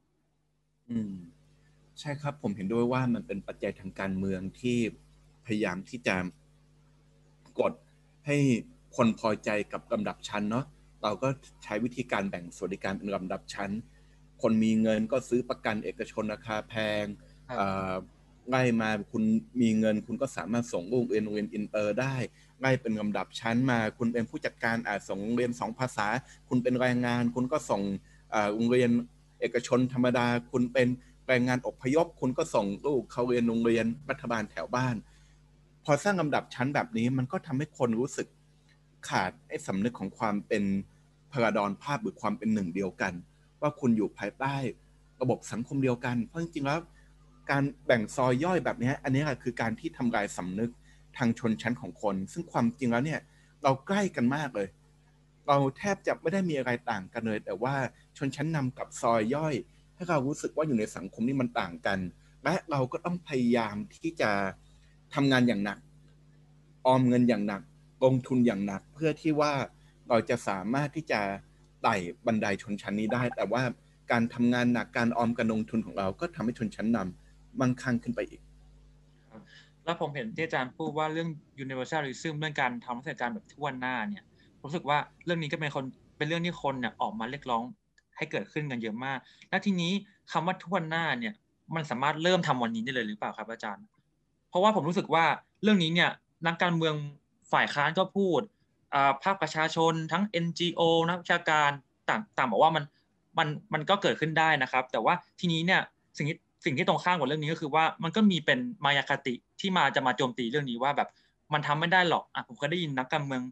ใช่ครับผมเห็นด้วยว่ามันเป็นปัจจัยทางการเมืองที่พยายามที่จะกดให้คนพอใจกับลำดับชั้นเนาะเราก็ใช้วิธีการแบ่งสวัสดิการเป็นลำดับชั้นคนมีเงินก็ซื้อประกันเอกชนราคาแพงไล่มาคุณมีเงินคุณก็สามารถส่งลูกเรียนโรงเรียนอินเตอร์ได้ไล่เป็นลำดับชั้นมาคุณเป็นผู้จัดการส่งเรียน2 ภาษาคุณเป็นแรงงานคุณก็ส่งโรงเรียนเอกชนธรรมดาคุณเป็นแรงงานอพยพคุณก็ส่งลูกเขาเรียนโรงเรียนรัฐบาลแถวบ้านพอสร้างลำดับชั้นแบบนี้มันก็ทำให้คนรู้สึกขาดไอ้สำนึกของความเป็นพลาดอนภาพหรือความเป็นหนึ่งเดียวกันว่าคุณอยู่ภายใต้ระบบสังคมเดียวกันเพราะจริงๆแล้วการแบ่งซอยย่อยแบบนี้อันนี้แหละคือการที่ทำลายสำนึกทางชนชั้นของคนซึ่งความจริงแล้วเนี่ยเราใกล้กันมากเลยเราแทบจะไม่ได้มีอะไรต่างกันเลยแต่ว่าชนชั้นนำกับซอยย่อยให้เรารู้สึกว่าอยู่ในสังคมนี้มันต่างกันและเราก็ต้องพยายามที่จะทำงานอย่างหนักออมเงินอย่างหนักลงทุนอย่างหนักเพื่อที่ว่าเราจะสามารถที่จะไต่บันไดชนชั้นนี้ได้แต่ว่าการทำงานหนักการออมการลงทุนของเราก็ทำให้ชนชั้นนำมั่งคั่งขึ้นไปอีกแล้วผมเห็นที่อาจารย์พูดว่าเรื่อง universalism เรื่องการทำรัฐการแบบทั่วหน้าเนี่ยรู้สึกว่าเรื่องนี้ก็เป็นเรื่องที่คนเนี่ยออกมาเรียกร้องให้เกิดขึ้นกันเยอะมากแล้วทีนี้คำว่าทั่วหน้าเนี่ยมันสามารถเริ่มทำวันนี้ได้เลยหรือเปล่าครับอาจารย์เพราะว่าผมรู้สึกว่าเรื่องนี้เนี่ยนักการเมืองฝ่ายค้านก็พูดภาคประชาชนทั้ง NGO นักวิชาการต่างบอกว่ามันก็เกิดขึ้นได้นะครับแต่ว่าทีนี้เนี่ยสิ่งที่ตรงข้ามกับเรื่องนี้ก็คือว่ามันก็มีเป็นมายาคติที่จะมาโจมตีเรื่องนี้ว่าแบบมันทำไม่ได้หรอกผมเคยได้ยินนักการเมือง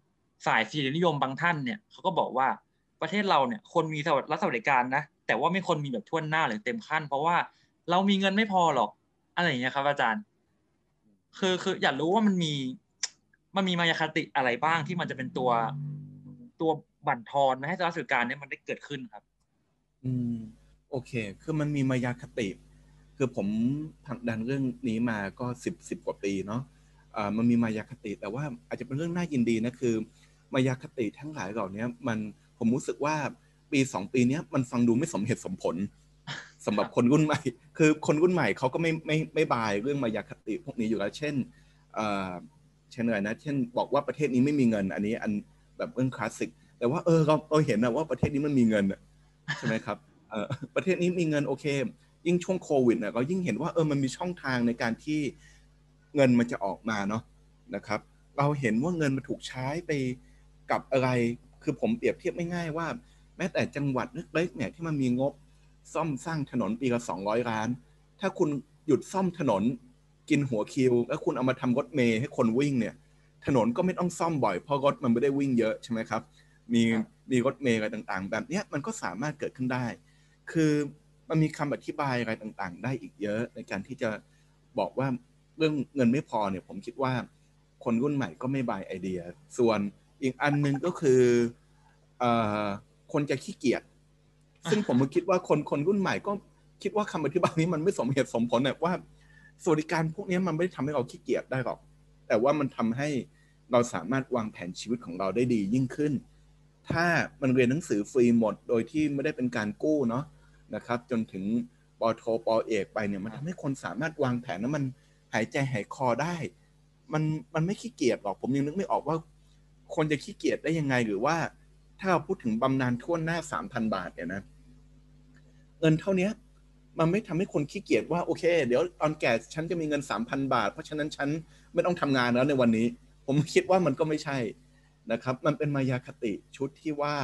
สายสีนิยมบางท่านเนี่ยเขาก็บอกว่าประเทศเราเนี่ยคนมีรัฐสวัสดิการนะแต่ว่าไม่คนมีแบบทั่วหน้าหรือเต็มขั้นเพราะว่าเรามีเงินไม่พอหรอกอะไรอย่างเงี้ยครับอาจารย์คืออยากรู้ว่ามันมีมายาคติอะไรบ้างที่มันจะเป็นตัวบั่นทอนไม่ให้รัฐสวัสดิการเนี่ยมันได้เกิดขึ้นครับอืมโอเคคือมันมีมายาคติคือผมผลักดันเรื่องนี้มาก็สิบกว่าปีเนาะมันมีมายาคติแต่ว่าอาจจะเป็นเรื่องน่ายินดีนะคือมายาคติทั้งหลายเหล่านี้ผมรู้สึกว่าปี2 ปีนี้มันฟังดูไม่สมเหตุสมผลสำหรับคนรุ่นใหม่คือคนรุ่นใหม่เขาก็ไม่บายเรื่องมายาคติพวกนี้อยู่แล้วเช่นเอ่อเช่นอะไรนะเช่นบอกว่าประเทศนี้ไม่มีเงินอันนี้แบบเรื่องคลาสสิกแต่ว่าเราเห็นนะว่าประเทศนี้มันมีเงินใช่ไหมครับประเทศนี้มีเงินโอเคยิ่งช่วงโควิดเนี่ยเรายิ่งเห็นว่ามันมีช่องทางในการที่เงินมันจะออกมาเนาะนะครับเราเห็นว่าเงินมันถูกใช้ไปกับอะไรคือผมเปรียบเทียบไม่ง่ายว่าแม้แต่จังหวัดเล็กๆเนี่ยที่มันมีงบซ่อมสร้างถนนปีละ200 ล้านถ้าคุณหยุดซ่อมถนนกินหัวคิวแล้วคุณเอามาทำรถเมล์ให้คนวิ่งเนี่ยถนนก็ไม่ต้องซ่อมบ่อยเพราะรถมันไม่ได้วิ่งเยอะใช่ไหมครับมีมีรถเมล์อะไรต่างๆแบบนี้มันก็สามารถเกิดขึ้นได้คือมันมีคำอธิบายอะไรต่างๆได้อีกเยอะในการที่จะบอกว่าเรื่องเงินไม่พอเนี่ยผมคิดว่าคนรุ่นใหม่ก็ไม่บายไอเดียส่วนอีกอันนึงก็คือคนจะขี้เกียจซึ่งผมคิดว่าคนรุ่นใหม่ก็คิดว่าคำอธิบายนี้มันไม่สมเหตุสมผลเนี่ยว่าสวัสดิการพวกนี้มันไม่ได้ทำให้เราขี้เกียจได้หรอกแต่ว่ามันทำให้เราสามารถวางแผนชีวิตของเราได้ดียิ่งขึ้นถ้ามันเรียนหนังสือฟรีหมดโดยที่ไม่ได้เป็นการกู้เนาะนะครับจนถึงปโทปเอกไปเนี่ยมันทำให้คนสามารถวางแผนแล้วมันหายใจหายคอได้มันไม่ขี้เกียจหรอกผมยังนึกไม่ออกว่าคนจะขี้เกียจได้ยังไงหรือว่าถ้าเราพูดถึงบำนาญทั่วหน้า 3,000 บาทเนี่ยนะเงินเท่านี้มันไม่ทำให้คนขี้เกียจว่าโอเคเดี๋ยวตอนแก่ฉันจะมีเงิน 3,000 บาทเพราะฉะนั้นฉันไม่ต้องทำงานแล้วในวันนี้ผมคิดว่ามันก็ไม่ใช่นะครับมันเป็นมายาคติชุดที่ว่า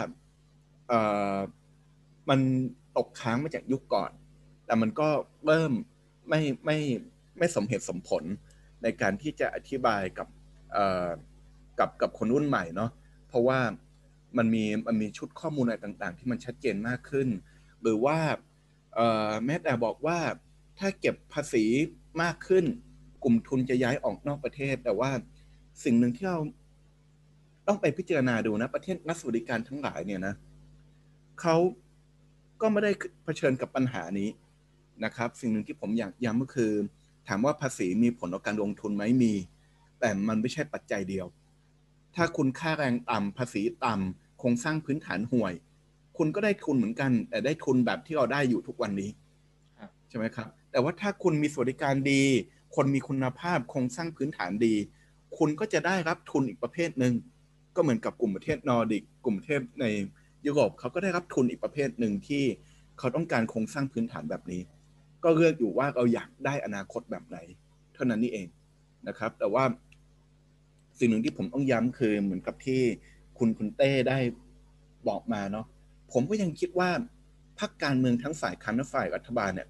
มันตกค้างมาจากยุคก่อนแต่มันก็เริ่มไม่ไม่ไม่สมเหตุสมผลในการที่จะอธิบายกับคนรุ่นใหม่เนาะเพราะว่ามันมีชุดข้อมูลอะไรต่างๆที่มันชัดเจนมากขึ้นหรือว่าแม้แต่บอกว่าถ้าเก็บภาษีมากขึ้นกลุ่มทุนจะย้ายออกนอกประเทศแต่ว่าสิ่งหนึ่งที่เราต้องไปพิจารณาดูนะประเทศรัฐสวัสดิการทั้งหลายเนี่ยนะเขาก็ไม่ได้เผชิญกับปัญหานี้นะครับสิ่งหนึ่งที่ผมอยากย้ำก็คือถามว่าภาษีมีผลต่อการลงทุนไหมมีแต่มันไม่ใช่ปัจจัยเดียวถ้าคุณค่าแรงต่ำภาษีต่ำโครงสร้างพื้นฐานห่วยคุณก็ได้ทุนเหมือนกันแต่ได้ทุนแบบที่เราได้อยู่ทุกวันนี้ใช่ไหมครับแต่ว่าถ้าคุณมีสวัสดิการดีคนมีคุณภาพโครงสร้างพื้นฐานดีคุณก็จะได้รับทุนอีกประเภทหนึ่งก็เหมือนกับกลุ่มประเทศนอร์ดิกกลุ่มประเทศในยุโรปเขาก็ได้รับทุนอีกประเภทหนึ่งที่เขาต้องการโครงสร้างพื้นฐานแบบนี้ก็เลือกอยู่ว่าเราอยากได้อนาคตแบบไหนเท่านั้นนี่เองนะครับแต่ว่าสิ่งหนึ่งที่ผมต้องย้ำคือเหมือนกับที่คุณเต้ได้บอกมาเนาะผมก็ยังคิดว่าพรรคการเมืองทั้งฝ่ายค้านและฝ่ายรัฐบาลเนี่ย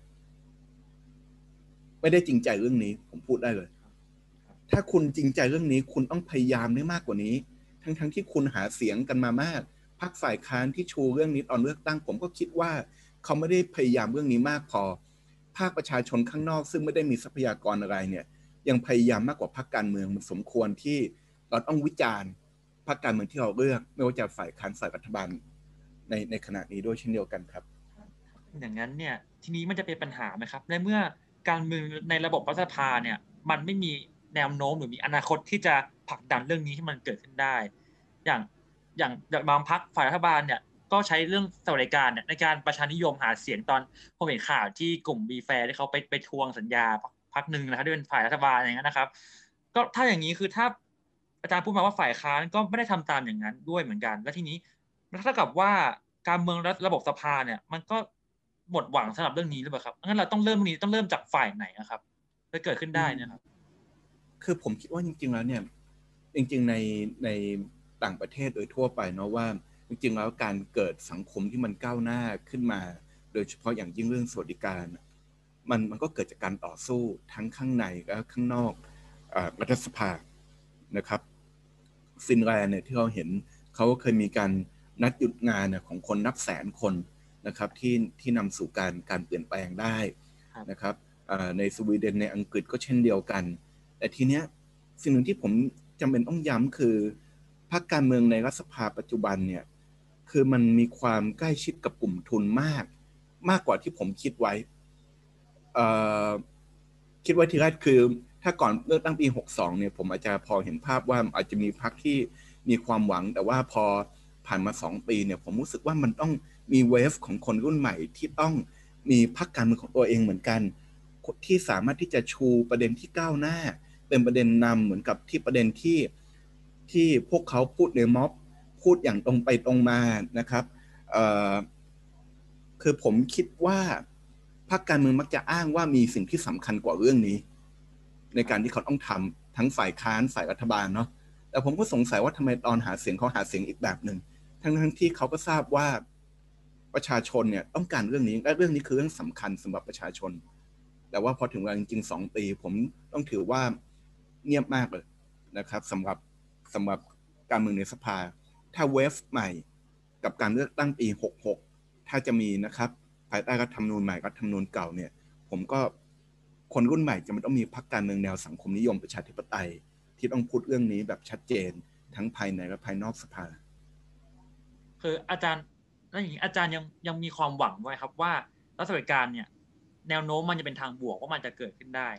ไม่ได้จริงใจเรื่องนี้ผมพูดได้เลยถ้าคุณจริงใจเรื่องนี้คุณต้องพยายามได้มากกว่านี้ทั้งที่คุณหาเสียงกันมามากพรรคฝ่ายค้านที่ชูเรื่องนี้ตอนเลือกตั้งผมก็คิดว่าเขาไม่ได้พยายามเรื่องนี้มากพอภาคประชาชนข้างนอกซึ่งไม่ได้มีทรัพยากรอะไรเนี่ยยังพยายามมากกว่าพรรคการเมืองมันสมควรที่เราต้องวิจารณ์พรรคการเมืองที่เราเลือกไม่ว่าจะฝ่ายค้านฝ่ายรัฐบาลในขณะนี้ด้วยเช่นเดียวกันครับอย่างนั้นเนี่ยทีนี้มันจะเป็นปัญหาไหมครับในเมื่อการเมืองในระบบรัฐสภาเนี่ยมันไม่มีแนวโน้มหรือมีอนาคตที่จะผลักดันเรื่องนี้ให้มันเกิดขึ้นได้อย่างอย่างบางพรรคฝ่ายรัฐบาลเนี่ยก็ใช้เรื่องสวัสดิการเนี่ยในการประชานิยมหาเสียงตอนผมเห็นข่าวที่กลุ่มบีแฟร์ที่เขาไปทวงสัญญาพรรคหนึ่งนะครับที่เป็นฝ่ายรัฐบาลอย่างนั้นนะครับก็ถ้าอย่างนี้คือถ้าอาจารย์พูดมาว่าฝ่ายค้านก็ไม่ได้ทำตามอย่างนั้นด้วยเหมือนกันและทีนี้เท่ากับว่าการเมืองระบบสภาเนี่ยมันก็หมดหวังสำหรับเรื่องนี้หรือเปล่าครับงั้นเราต้องเริ่มนี้ต้องเริ่มจากฝ่ายไหนนะครับจะเกิดขึ้นได้นะครับคือผมคิดว่าจริงๆแล้วเนี่ยจริงๆในต่างประเทศโดยทั่วไปเนาะว่าจริงๆแล้วการเกิดสังคมที่มันก้าวหน้าขึ้นมาโดยเฉพาะอย่างยิ่งเรื่องสวัสดิการมันก็เกิดจากการต่อสู้ทั้งข้างในและข้างนอกรัฐสภานะครับฟินแลนด์เนี่ยที่เราเห็นเขาเคยมีการนัดหยุดงานของคนนับแสนคนนะครับที่นำสู่การเปลี่ยนแปลงได้นะครับในสวีเดนในอังกฤษก็เช่นเดียวกันแต่ทีเนี้ยสิ่งหนึ่งที่ผมจำเป็นต้องย้ำคือพรรคการเมืองในรัฐสภาปัจจุบันเนี่ยคือมันมีความใกล้ชิดกับกลุ่มทุนมากกว่าที่ผมคิดไว้คิดไว้ทีแรกคือถ้าก่อนเลือกตั้งปี62เนี่ยผมอาจจะพอเห็นภาพว่าอาจจะมีพรรคที่มีความหวังแต่ว่าพอผ่านมา2ปีเนี่ยผมรู้สึกว่ามันต้องมีเวฟของคนรุ่นใหม่ที่ต้องมีพรรคการเมืองของตัวเองเหมือนกันที่สามารถที่จะชูประเด็นที่ก้าวหน้าเป็นประเด็นนำเหมือนกับที่ประเด็นที่พวกเขาพูดในม็อบพูดอย่างตรงไปตรงมานะครับคือผมคิดว่าพรรคการเมืองมักจะอ้างว่ามีสิ่งที่สำคัญกว่าเรื่องนี้ในการที่เขาต้องทำทั้งฝ่ายค้านฝ่ายรัฐบาลเนาะแต่ผมก็สงสัยว่าทำไมตอนหาเสียงเขาหาเสียงอีกแบบหนึ่งทั้งที่เขาก็ทราบว่าประชาชนเนี่ยต้องการเรื่องนี้และเรื่องนี้คือเรื่องสำคัญสำหรับประชาชนแต่ว่าพอถึงเวลาจริงๆ2 ปีผมต้องถือว่าเงียบมากเลยนะครับสำหรับการเมืองในสภาถ้าเวฟใหม่กับการเลือกตั้งปี66ถ้าจะมีนะครับภายใต้รัฐธรรมนูญใหม่รัฐธรรมนูญเก่าเนี่ยผมก็คนรุ่นใหม่จะไม่ต้องมีพรรคการเมืองแนวสังคมนิยมประชาธิปไตยที่ต้องพูดเรื่องนี้แบบชัดเจนทั้งภายในและภายนอกสภาคืออาจารย์แล้วอย่างนี้อาจารย์ยังมีความหวังไว้ครับว่ารัฐสวัสดิการเนี่ยแนวโน้มมันจะเป็นทางบวกว่ามันจะเกิดขึ้นได้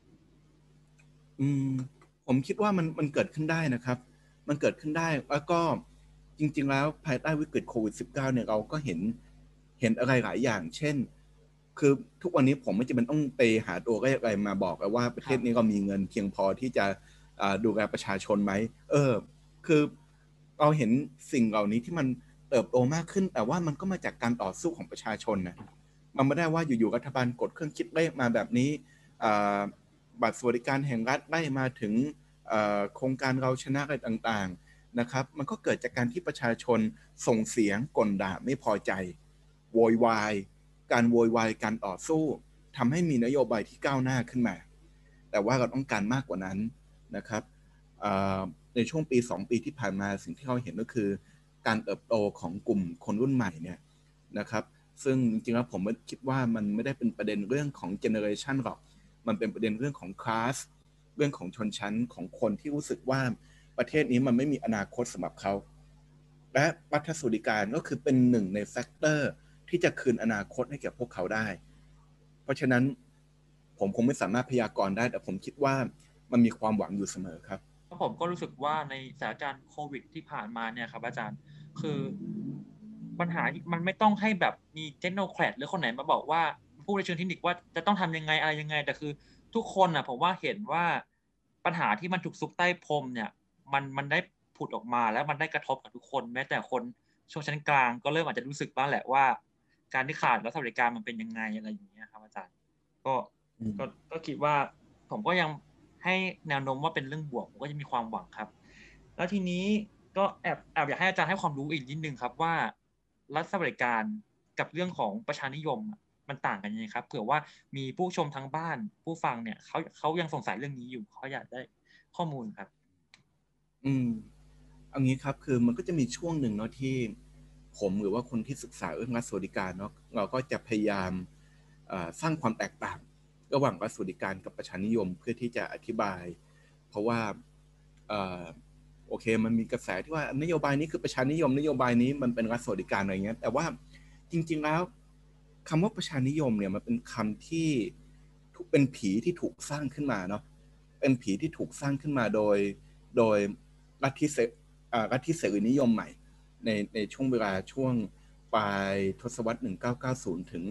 ผมคิดว่ามันเกิดขึ้นได้นะครับมันเกิดขึ้นได้แล้วก็จริงๆแล้วภายใต้วิกฤตโควิด -19 เนี่ยเราก็เห็นอะไรหลายอย่างเช่นคือทุกวันนี้ผมไม่จำเป็นต้องไปหาตัวเลขอะไรมาบอกว่าประเทศนี้เรามีเงินเพียงพอที่จะดูแลประชาชนไหมคือเราเห็นสิ่งเหล่านี้ที่มันเติบโตมากขึ้นแต่ว่ามันก็มาจากการต่อสู้ของประชาชนนะมันไม่ได้ว่าอยู่ๆรัฐบาลกดเครื่องคิดเลขมาแบบนี้บัตรสวัสดิการแห่งรัฐได้มาถึงโครงการเราชนะอะไรต่างๆนะครับมันก็เกิดจากการที่ประชาชนส่งเสียงก่นด่าไม่พอใจโวยวายการโวยวายการต่อสู้ทำให้มีนโยบายที่ก้าวหน้าขึ้นมาแต่ว่าเราต้องการมากกว่านั้นนะครับในช่วงปี2 ปีที่ผ่านมาสิ่งที่เราเห็นก็คือการเติบโตของกลุ่มคนรุ่นใหม่เนี่ยนะครับซึ่งจริงๆแล้วผมคิดว่ามันไม่ได้เป็นประเด็นเรื่องของเจเนอเรชันหรอกมันเป็นประเด็นเรื่องของคลาสเรื่องของชนชั้นของคนที่รู้สึกว่าประเทศนี้มันไม่มีอนาคตสำหรับเขาและรัฐสวัสดิการก็คือเป็นหนึ่งในแฟกเตอร์ที่จะคืนอนาคตให้แก่พวกเขาได้เพราะฉะนั้นผมคงไม่สามารถพยากรณ์ได้แต่ผมคิดว่ามันมีความหวังอยู่เสมอครับผมก็รู้สึกว่าในสถานการณ์โควิดที่ผ่านมาเนี่ยครับอาจารย์คือปัญหามันไม่ต้องให้แบบมีเทคโนแครดหรือคนไหนมาบอกว่าพูดในเชิงเทคนิคว่าจะต้องทำยังไงอะไรยังไงแต่คือทุกคนอ่ะผมว่าเห็นว่าปัญหาที่มันถูกซุกใต้พรมเนี่ยมันได้ผุดออกมาแล้วมันได้กระทบกับทุกคนแม้แต่คนชนชั้นกลางก็เริ่มอาจจะรู้สึกบ้างแหละว่าการที่ขาดรัฐสวัสดิการมันเป็นยังไงอะไรอย่างเงี้ยครับอาจารย์ก็ก็คิดว่าผมก็ยังให้แนวโน้มว่าเป็นเรื่องบวกผมก็จะมีความหวังครับแล้วทีนี้ก็แอบอยากให้อาจารย์ให้ความรู้อีกนิดนึงครับว่ารัฐสวัสดิการกับเรื่องของประชานิยมมันต่างกันยังไงครับเผื่อว่ามีผู้ชมทางบ้านผู้ฟังเนี่ยเขายังสงสัยเรื่องนี้อยู่เขาอยากได้ข้อมูลครับเอางี้ครับคือมันก็จะมีช่วงหนึ่งเนาะที่ผมหรือว่าคนที่ศึกษาเรื่องรัฐสวัสดิการเนาะเราก็จะพยายามสร้างความแตกต่างระหว่างรัฐสวัสดิการกับประชานิยมเพื่อที่จะอธิบายเพราะว่าโอเคมันมีกระแสที่ว่านโยบายนี้คือประชานิยมนโยบายนี้มันเป็นรัฐสวัสดิการอะไรเงี้ยแต่ว่าจริงๆแล้วคำว่าประชานิยมเนี่ยมันเป็นคำที่เป็นผีที่ถูกสร้างขึ้นมาเนาะเป็นผีที่ถูกสร้างขึ้นมาโดยลัทธิเสรีนิยมใหม่ในช่วงเวลาช่วงปลายทศวรรษ1990ถึง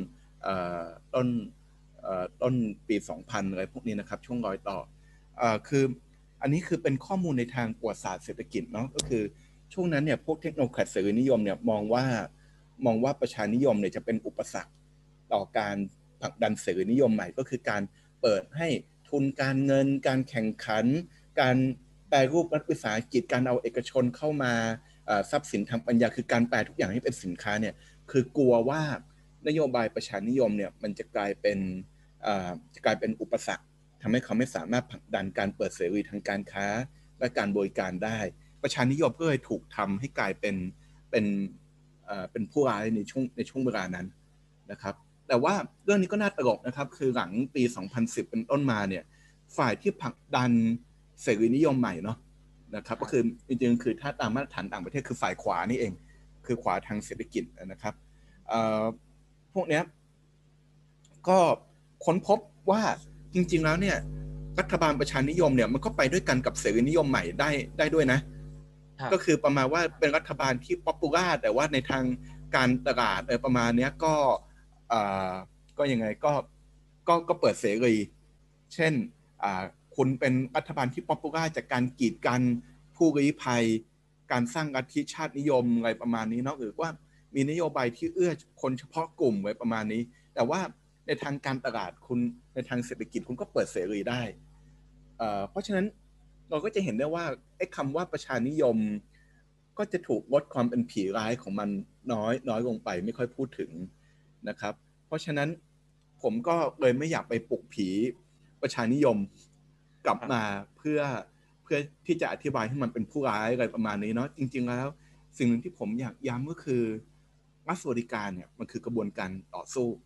ต้นปี2000อะไรพวกนี้นะครับช่วงรอยต่อคืออันนี้คือเป็นข้อมูลในทางประวัติศาสตร์เศรษฐกิจเนาะก็คือช่วงนั้นเนี่ยพวกเทคโนแครดเสรีนิยมเนี่ยมองว่าประชานิยมเนี่ยจะเป็นอุปสรรคต่อการผลักดันเสรีนิยมใหม่ก็คือการเปิดให้ทุนการเงินการแข่งขันการแปรรูปรัฐวิสาหกิจการเอาเอกชนเข้ามาทรัพย์สินทางปัญญาคือการแปลทุกอย่างให้เป็นสินค้าเนี่ยคือกลัวว่านโยบายประชานิยมเนี่ยมันจะกลายเป็นอุปสรรคทำให้เขาไม่สามารถผลักดันการเปิดเสรีทางการค้าและการบริการได้ประชานิยมก็เลยถูกทำให้กลายเป็นเป็นผู้ร้ายในช่วงเวลานั้นนะครับแต่ว่าเรื่องนี้ก็น่าตลกนะครับคือหลังปี 2010 เป็นต้นมาเนี่ยฝ่ายที่ผลักดันเสรีนิยมใหม่เนาะนะครับก็คือจริงๆคือถ้าตามมาตรฐานต่างประเทศคือฝ่ายขวานี่เองคือขวาทางเศรษฐกิจนะครับพวกนี้ก็ค้นพบว่าจริงๆแล้วเนี่ยรัฐบาลประชานิยมเนี่ยมันก็ไปด้วยกันกับเสรีนิยมใหม่ได้ด้วยนะก็คือประมาณว่าเป็นรัฐบาลที่ป๊อปปูล่าแต่ว่าในทางการตลาดประมาณนี้ก็ยังไงก็เปิดเสรีเช่นคุณเป็นรัฐบาลที่ป๊อปปูล่าจากการกีดกันผู้ลี้ภัยการสร้างลัทธิชาตินิยมอะไรประมาณนี้เนาะหรือว่ามีนโยบายที่เอื้อคนเฉพาะกลุ่มไว้ประมาณนี้แต่ว่าในทางการตลาดคุณในทางเศรษฐกิจคุณก็เปิดเสรีได้เพราะฉะนั้นเราก็จะเห็นได้ว่าไอ้คำว่าประชานิยมก็จะถูกลดความเป็นผีร้ายของมันน้อยลงไปไม่ค่อยพูดถึงนะครับเพราะฉะนั้นผมก็เลยไม่อยากไปปลุกผีประชานิยมกลับมาเพื่อที่จะอธิบายให้มันเป็นผู้ร้ายอะไรประมาณนี้เนาะจริงๆแล้วสิ่งหนึ่งที่ผมอยากย้ำก็คือรัฐสวัสดิการเนี่ยมันคือกระบวนการต่อ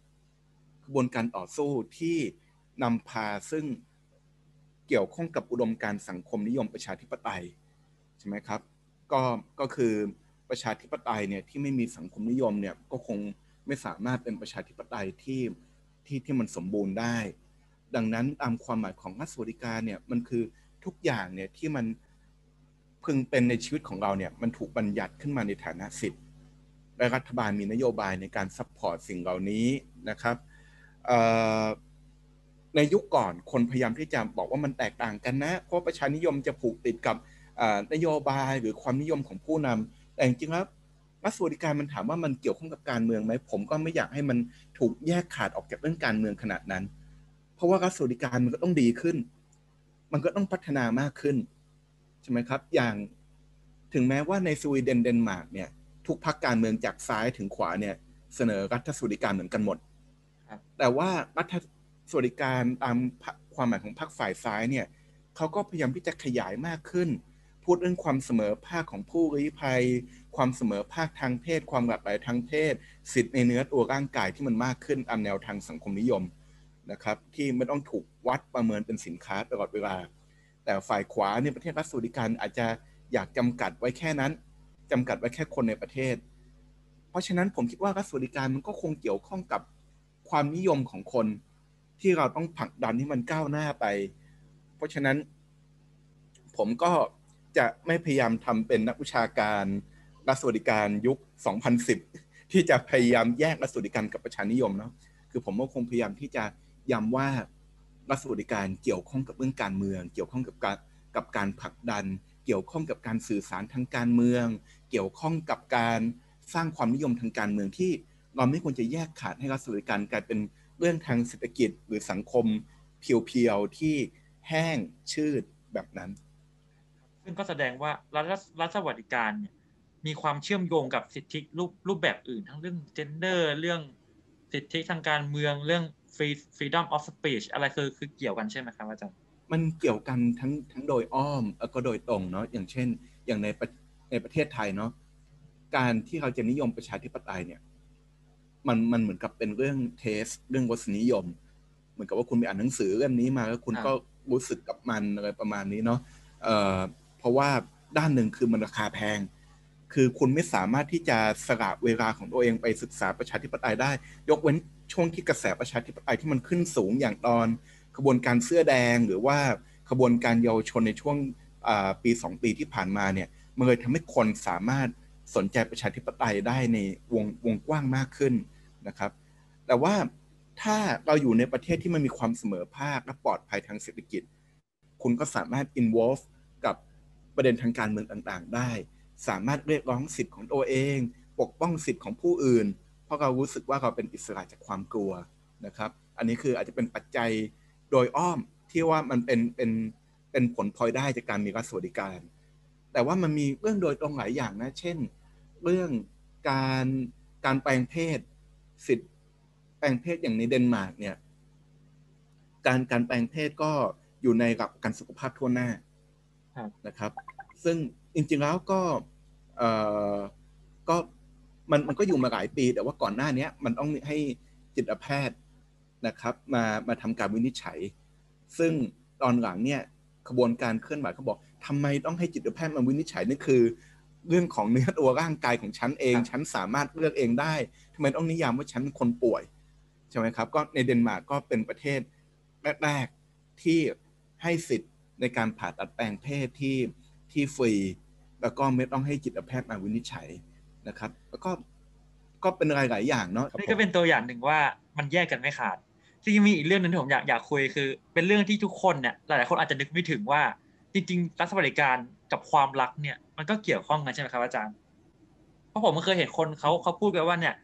สู้ที่นำพาซึ่งเกี่ยวข้องกับอุดมการณ์สังคมนิยมประชาธิปไตยใช่ไหมครับก็คือประชาธิปไตยเนี่ยที่ไม่มีสังคมนิยมเนี่ยก็คงไม่สามารถเป็นประชาธิปไตยที่มันสมบูรณ์ได้ดังนั้นตามความหมายของรัฐสวัสดิการเนี่ยมันคือทุกอย่างเนี่ยที่มันพึงเป็นในชีวิตของเราเนี่ยมันถูกบัญญัติขึ้นมาในฐานะสิทธิ์และรัฐบาลมีนโยบายในการซัพพอร์ตสิ่งเหล่านี้นะครับในยุคก่อนคนพยายามที่จะบอกว่ามันแตกต่างกันนะเพราะประชานิยมจะผูกติดกับนโยบายหรือความนิยมของผู้นำแต่จริงๆแล้วรัฐสวัสดิการมันถามว่ามันเกี่ยวข้องกับการเมืองไหมผมก็ไม่อยากให้มันถูกแยกขาดออกจากเรื่องการเมืองขนาดนั้นเพราะว่ารัฐสวัสดิการมันก็ต้องดีขึ้นมันก็ต้องพัฒนามากขึ้นใช่ไหมครับอย่างถึงแม้ว่าในสวีเดนเดนมาร์กเนี่ยทุกพรรคการเมืองจากซ้ายถึงขวาเนี่ยเสนอรัฐสวัสดิการเหมือนกันหมดแต่ว่ารัฐสวัสดิการตามความหมายของพรรคฝ่ายซ้ายเนี่ยเขาก็พยายามที่จะขยายมากขึ้นพูดเรื่องความเสมอภาคของผู้ลี้ภัยความเสมอภาคทางเพศความหลากหลายทางเพศสิทธิในเนื้อตัวร่างกายที่มันมากขึ้นตามแนวทางสังคมนิยมนะครับที่ไม่ต้องถูกวัดประเมินเป็นสินค้าตลอดเวลาแต่ฝ่ายขวาในประเทศรัฐสวัสดิการอาจจะอยากจำกัดไว้แค่นั้นจำกัดไว้แค่คนในประเทศเพราะฉะนั้นผมคิดว่ารัฐสวัสดิการมันก็คงเกี่ยวข้องกับความนิยมของคนที่เราต้องผลักดันให้มันก้าวหน้าไปเพราะฉะนั้นผมก็จะไม่พยายามทำเป็นนักวิชาการรัฐสวัสดิการยุค 2010 ที่จะพยายามแยกรัฐสวัสดิการกับประชานิยมเนาะคือผมก็คงพยายามที่จะย้ำว่ารัฐสวัสดิการเกี่ยวข้องกับเรื่องการเมืองเกี่ยวข้องกับการผลักดันเกี่ยวข้องกับการสื่อสารทางการเมืองเกี่ยวข้องกับการสร้างความนิยมทางการเมืองที่เราไม่ควรจะแยกขาดให้รัฐสวัสดิการกลายเป็นเรื่องทางเศรษฐกิจหรือสังคมเพียวๆที่แห้งชืดแบบนั้นซึ่งก็แสดงว่ารัฐสวัสดิการเนี่ยมีความเชื่อมโยงกับสิทธิรูปแบบอื่นทั้งเรื่อง gender เรื่องสิทธิทางการเมืองเรื่อง freedom of speech อะไรคือเกี่ยวกันใช่ไหมครับอาจารย์มันเกี่ยวกันทั้งโดยอ้อมแล้วก็โดยตรงเนาะอย่างเช่นอย่างในประเทศไทยเนาะการที่เราจะนิยมประชาธิปไตยเนี่ยมันเหมือนกับเป็นเรื่องเทสเรื่องรสนิยมเหมือนกับว่าคุณไปอ่านหนังสือเรื่องนี้มาแล้วคุณก็รู้สึกกับมันอะไรประมาณนี้เนาะเพราะว่าด้านหนึ่งคือมันราคาแพงคือคุณไม่สามารถที่จะสละเวลาของตัวเองไปศึกษาประชาธิปไตยได้ยกเว้นช่วงที่กระแสประชาธิปไตยที่มันขึ้นสูงอย่างตอนขบวนการเสื้อแดงหรือว่าขบวนการเยาวชนในช่วงปี2 ปีที่ผ่านมาเนี่ยมันเลยทำให้คนสามารถสนใจประชาธิปไตยได้ในวงกว้างมากขึ้นนะครับแต่ว่าถ้าเราอยู่ในประเทศที่มันมีความเสมอภาคและปลอดภัยทางเศรษฐกิจคุณก็สามารถ involve กับประเด็นทางการเมืองต่างๆได้สามารถเรียกร้องสิทธิ์ของตัวเองปกป้องสิทธิ์ของผู้อื่นเพราะเรารู้สึกว่าเราเป็นอิสระจากความกลัวนะครับอันนี้คืออาจจะเป็นปัจจัยโดยอ้อมที่ว่ามันเป็นผลพลอยได้จากการมีรัฐสวัสดิการแต่ว่ามันมีเรื่องโดยตรงหลายอย่างนะเช่นเรื่องการแปลงเพศสิทธิ์แปลงเพศอย่างในเดนมาร์กเนี่ยการแปลงเพศก็อยู่ในหลักประกันสุขภาพทั่วหน้านะครับซึ่งจริงๆแล้วก็เอ่อก็มันก็อยู่มาหลายปีแต่ว่าก่อนหน้านี้มันต้องให้จิตแพทย์นะครับมาทำการวินิจฉัยซึ่งตอนหลังเนี่ยขบวนการเคลื่อนไหวเขาบอกทำไมต้องให้จิตแพทย์มาวินิจฉัยนี่คือเรื่องของเนื้อตัวร่างกายของฉันเองฉันสามารถเลือกเองได้ทำไมต้องนิยามว่าฉันเป็นคนป่วยใช่ไหมครับก็ในเดนมาร์กก็เป็นประเทศแรกๆที่ให้สิทธิ์ในการผ่าตัดแปลงเพศที่ฟรีแล้วก็ไม่ต้องให้จิตแพทย์มาวินิจฉัยนะครับแล้วก็เป็นหลายๆอย่างเนาะนี่ก็เป็นตัวอย่างหนึ่งว่ามันแยกกันไม่ขาดจริงๆมีอีกเรื่องนึงที่ผมอยากคุยคือเป็นเรื่องที่ทุกคนเนี่ยหลายๆคนอาจจะนึกไม่ถึงว่าจริงๆรัฐสวัสดิการกับความรักเนี่ยมันก็เกี่ยวข้องกันใช่ไหมครับอาจารย์เพราะผมเคยเห็นคนเขาพูดกันว่าเนี่ย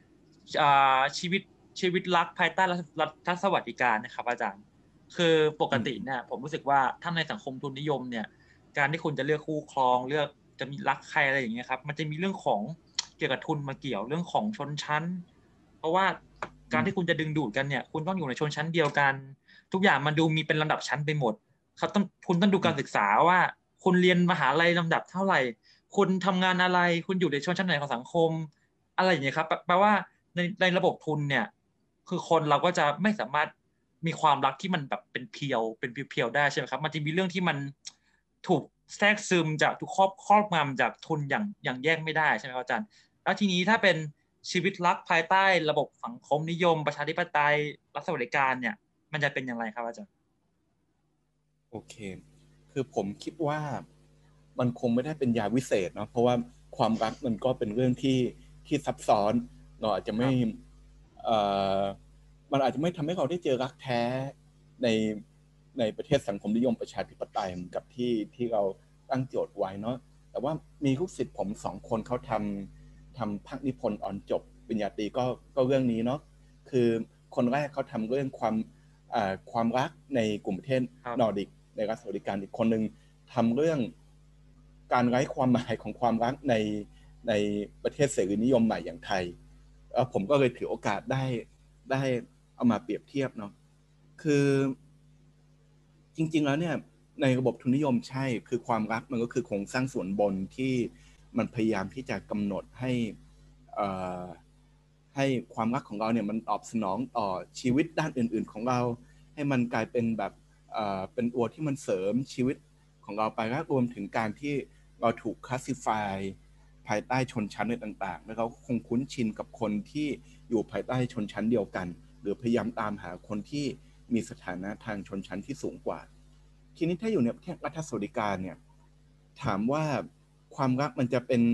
ชีวิตรักภายใต้รัฐสวัสดิการนะครับอาจารย์คือปกติเนี่ยผมรู้สึกว่าถ้าในสังคมทุนนิยมเนี่ยการที่คุณจะเลือกคู่ครองเลือกจะมีรักใครอะไรอย่างเงี้ยครับมันจะมีเรื่องของเกี่ยวกับทุนมาเกี่ยวเรื่องของชนชั้นเพราะว่าการที่คุณจะดึงดูดกันเนี่ยคุณต้องอยู่ในชนชั้นเดียวกันทุกอย่างมันดูมีเป็นลำดับชั้นไปหมดคุณต้องดูการศึกษาว่าคุณเรียนมหาลัยลำดับเท่าไหร่คุณทำงานอะไรคุณอยู่ในชนชั้นไหนของสังคมอะไรอย่างเงี้ยครับแปลว่าในระบบทุนเนี่ยคือคนเราก็จะไม่สามารถมีความรักที่มันแบบเป็นเพียวได้ใช่ไหมครับมันจะมีเรื่องที่มันถูกแทรกซึมจากทุกครอบงำจากทุนอย่างแยกไม่ได้ใช่ไหมครับอาจารย์แล้วทีนี้ถ้าเป็นชีวิตรักภายใต้ระบบสังคมนิยมประชาธิปไตยรัฐสวัสดิการเนี่ยมันจะเป็นอย่างไรครับอาจารย์โอเคคือผมคิดว่ามันคงไม่ได้เป็นยาวิเศษเนาะเพราะว่าความรักมันก็เป็นเรื่องที่ซับซ้อนเราอาจจะไม่ครับเอ่อมันอาจจะไม่ทำให้เราได้เจอรักแท้ในในประเทศสังคมนิยมประชาธิปไตยกับที่เราตั้งโจทย์ไว้เนาะแต่ว่ามีลูกศิษย์ผม2 คนเขาทำภาคนิพนธ์ตอนจบปริญญาตรีก็เรื่องนี้เนาะคือคนแรกเขาทำเรื่องความรักในกลุ่มประเทศนอร์ดิกในรัฐสวัสดิการอีกคนหนึ่งทำเรื่องการไร้ความหมายของความรักในประเทศเสรีนิยมใหม่อย่างไทยผมก็เลยถือโอกาสได้เอามาเปรียบเทียบเนาะคือจริงๆแล้วเนี่ยในระบบทุนนิยมใช่คือความรักมันก็คือโครงสร้างส่วนบนที่มันพยายามที่จะกำหนดเอ่อให้ความรักของเราเนี่ยมันตอบสนองต่อชีวิตด้านอื่นๆของเราให้มันกลายเป็นแบบเป็นตัวที่มันเสริมชีวิตของเราไปและรวมถึงการที่เราถูกคลาสสิฟายภายใต้ชนชั้นต่างๆแล้วเราคงคุ้นชินกับคนที่อยู่ภายใต้ชนชั้นเดียวกันหรือพยายามตามหาคนที่มีสถานะทางชนชั้นที่สูงกว่าทีนี้ถ้าอยู่ในประเทศรัฐสวัสดิการเนี่ยถามว่าความรักมันจะเป็น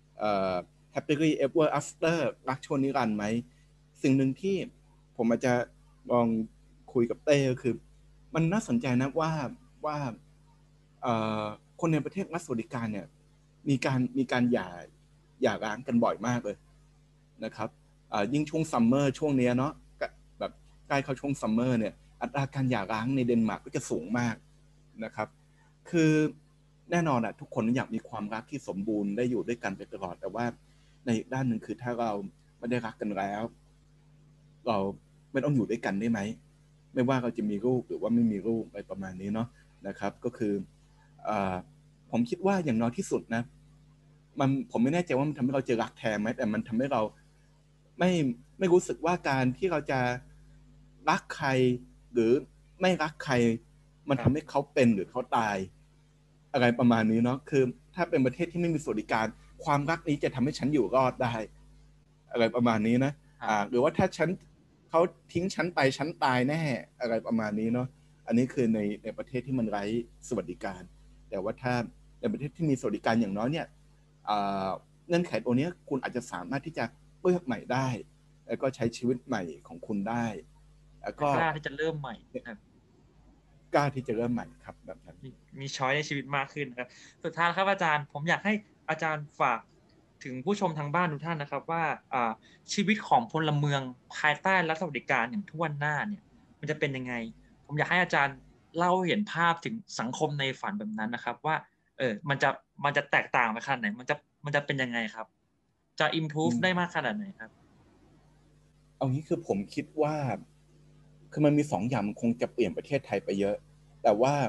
happily ever after รักชั่วนิรันดร์ไหมสิ่งหนึ่งที่ผมอาจจะลองคุยกับเต้ก็คือมันน่าสนใจนะว่าคนในประเทศรัฐสวัสดิการเนี่ยมีการหย่าร้างกันบ่อยมากเลยนะครับยิ่งช่วงซัมเมอร์ช่วงนี้เนาะแบบใกล้เข้าช่วงซัมเมอร์เนี่ยอัตราการหย่าร้างในเดนมาร์กก็จะสูงมากนะครับคือแน่นอนอะทุกคนอยากมีความรักที่สมบูรณ์ได้อยู่ด้วยกันไปตลอดแต่ว่าในอีกด้านหนึ่งคือถ้าเราไม่ได้รักกันแล้วเราไม่ต้องอยู่ด้วยกันได้ไหมไม่ว่าเราจะมีลูกหรือว่าไม่มีลูกอะไรประมาณนี้เนาะนะครับก็คือผมคิดว่าอย่างน้อยที่สุดนะผมไม่แน่ใจว่ามันทำให้เราเจอรักแท้ไหมแต่มันทำให้เราไม่ไม่รู้สึกว่าการที่เราจะรักใครหรือไม่รักใครมันทำให้เขาเป็นหรือเขาตายอะไรประมาณนี้เนาะคือถ้าเป็นประเทศที่ไม่มีสวัสดิการความรักนี้จะทำให้ฉันอยู่รอดได้อะไรประมาณนี้นะหรือว่าถ้าเขาทิ้งฉันไปฉันตายแน่อะไรประมาณนี้เนาะอันนี้คือในประเทศที่มันไร้สวัสดิการแต่ว่าถ้าในประเทศที่มีสวัสดิการอย่างน้อยเนี่ยเงื่อนไขตัวนี้คุณอาจจะสามารถที่จะเลือกใหม่ได้แล้วก็ใช้ชีวิตใหม่ของคุณได้แล้วก็กล้าที่จะเริ่มใหม่ครับกล้าที่จะเริ่มใหม่ครับแบบนั้นมีช้อยในชีวิตมากขึ้นนะครับสุดท้ายครับอาจารย์ผมอยากให้อาจารย์ฝากถึงผู้ชมทางบ้านทุกท่านนะครับว่าชีวิตของพลเมืองภายใต้รัฐสวัสดิการอย่างทุกวันหน้าเนี่ยมันจะเป็นยังไงผมอยากให้อาจารย์เล่าเห็นภาพถึงสังคมในฝันแบบนั้นนะครับว่ามันจะแตกต่างไปขนาดไหนมันจะเป็นยังไงครับจะ improve ได้มากขนาดไหนครับเอางี้คือผมคิดว่าคือมันมี2 อย่างมันคงจะเปลี่ยนประเทศไทยไปเยอะแต่ว่า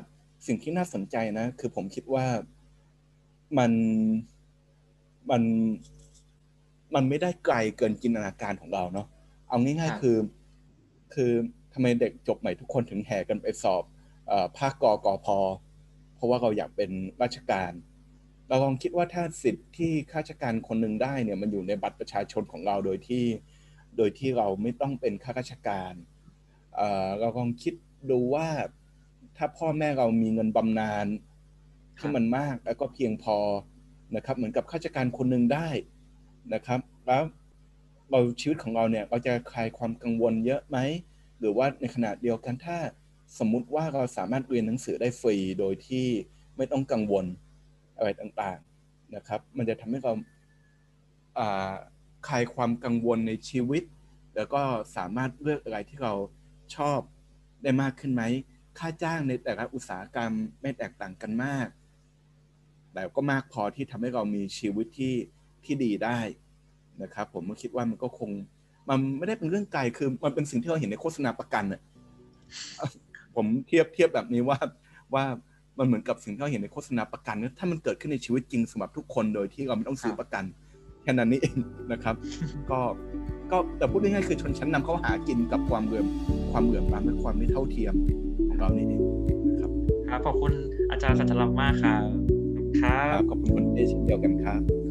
สิ่งที่น่าสนใจนะคือผมคิดว่ามันมันมันไม่ได้ไกลเกินจินตนาการของเราเนาะเอาง่ายๆคือทำไมเด็กจบใหม่ทุกคนถึงแห่กันไปสอบภาคกพเพราะว่าเราอยากเป็นราชการเราลองคิดว่าถ้าสิทธิ์ที่ข้าราชการคนหนึ่งได้เนี่ยมันอยู่ในบัตรประชาชนของเราโดยที่เราไม่ต้องเป็นข้าราชการเราลองคิดดูว่าถ้าพ่อแม่เรามีเงินบำนาญที่มันมากแล้วก็เพียงพอนะครับเหมือนกับข้าราชการคนหนึ่งได้นะครับแล้วชีวิตของเราเนี่ยเราจะคลายความกังวลเยอะไหมหรือว่าในขณะเดียวกันถ้าสมมุติว่าเราสามารถเรียนหนังสือได้ฟรีโดยที่ไม่ต้องกังวลอะไรต่างๆนะครับมันจะทำให้เราคลายความกังวลในชีวิตแล้วก็สามารถเลือกอะไรที่เราชอบได้มากขึ้นไหมค่าจ้างในแต่ละอุตสาหกรรมไม่แตกต่างกันมากแต่ก็มากพอที่ทำให้เรามีชีวิตที่ดีได้นะครับผมก็คิดว่ามันก็คงมันไม่ได้เป็นเรื่องไกลคือมันเป็นสิ่งที่เราเห็นในโฆษณาประกันน่ะผมเทียบแบบนี้ว่ามันเหมือนกับสิ่งที่เราเห็นในโฆษณาประกันถ้ามันเกิดขึ้นในชีวิตจริงสำหรับทุกคนโดยที่เราไม่ต้องซื้อประกันแค่นั้นนี่เองนะครับก็แต่พูดง่ายๆคือชนชั้นนำเขาหากินกับความเหลื่อมล้ำและความไม่เท่าเทียมของเรานี่เองนะครับครับขอบคุณอาจารย์สัจจรักษ์มากครับครับขอบคุณคุณเต้เช่นเดียวกันครับ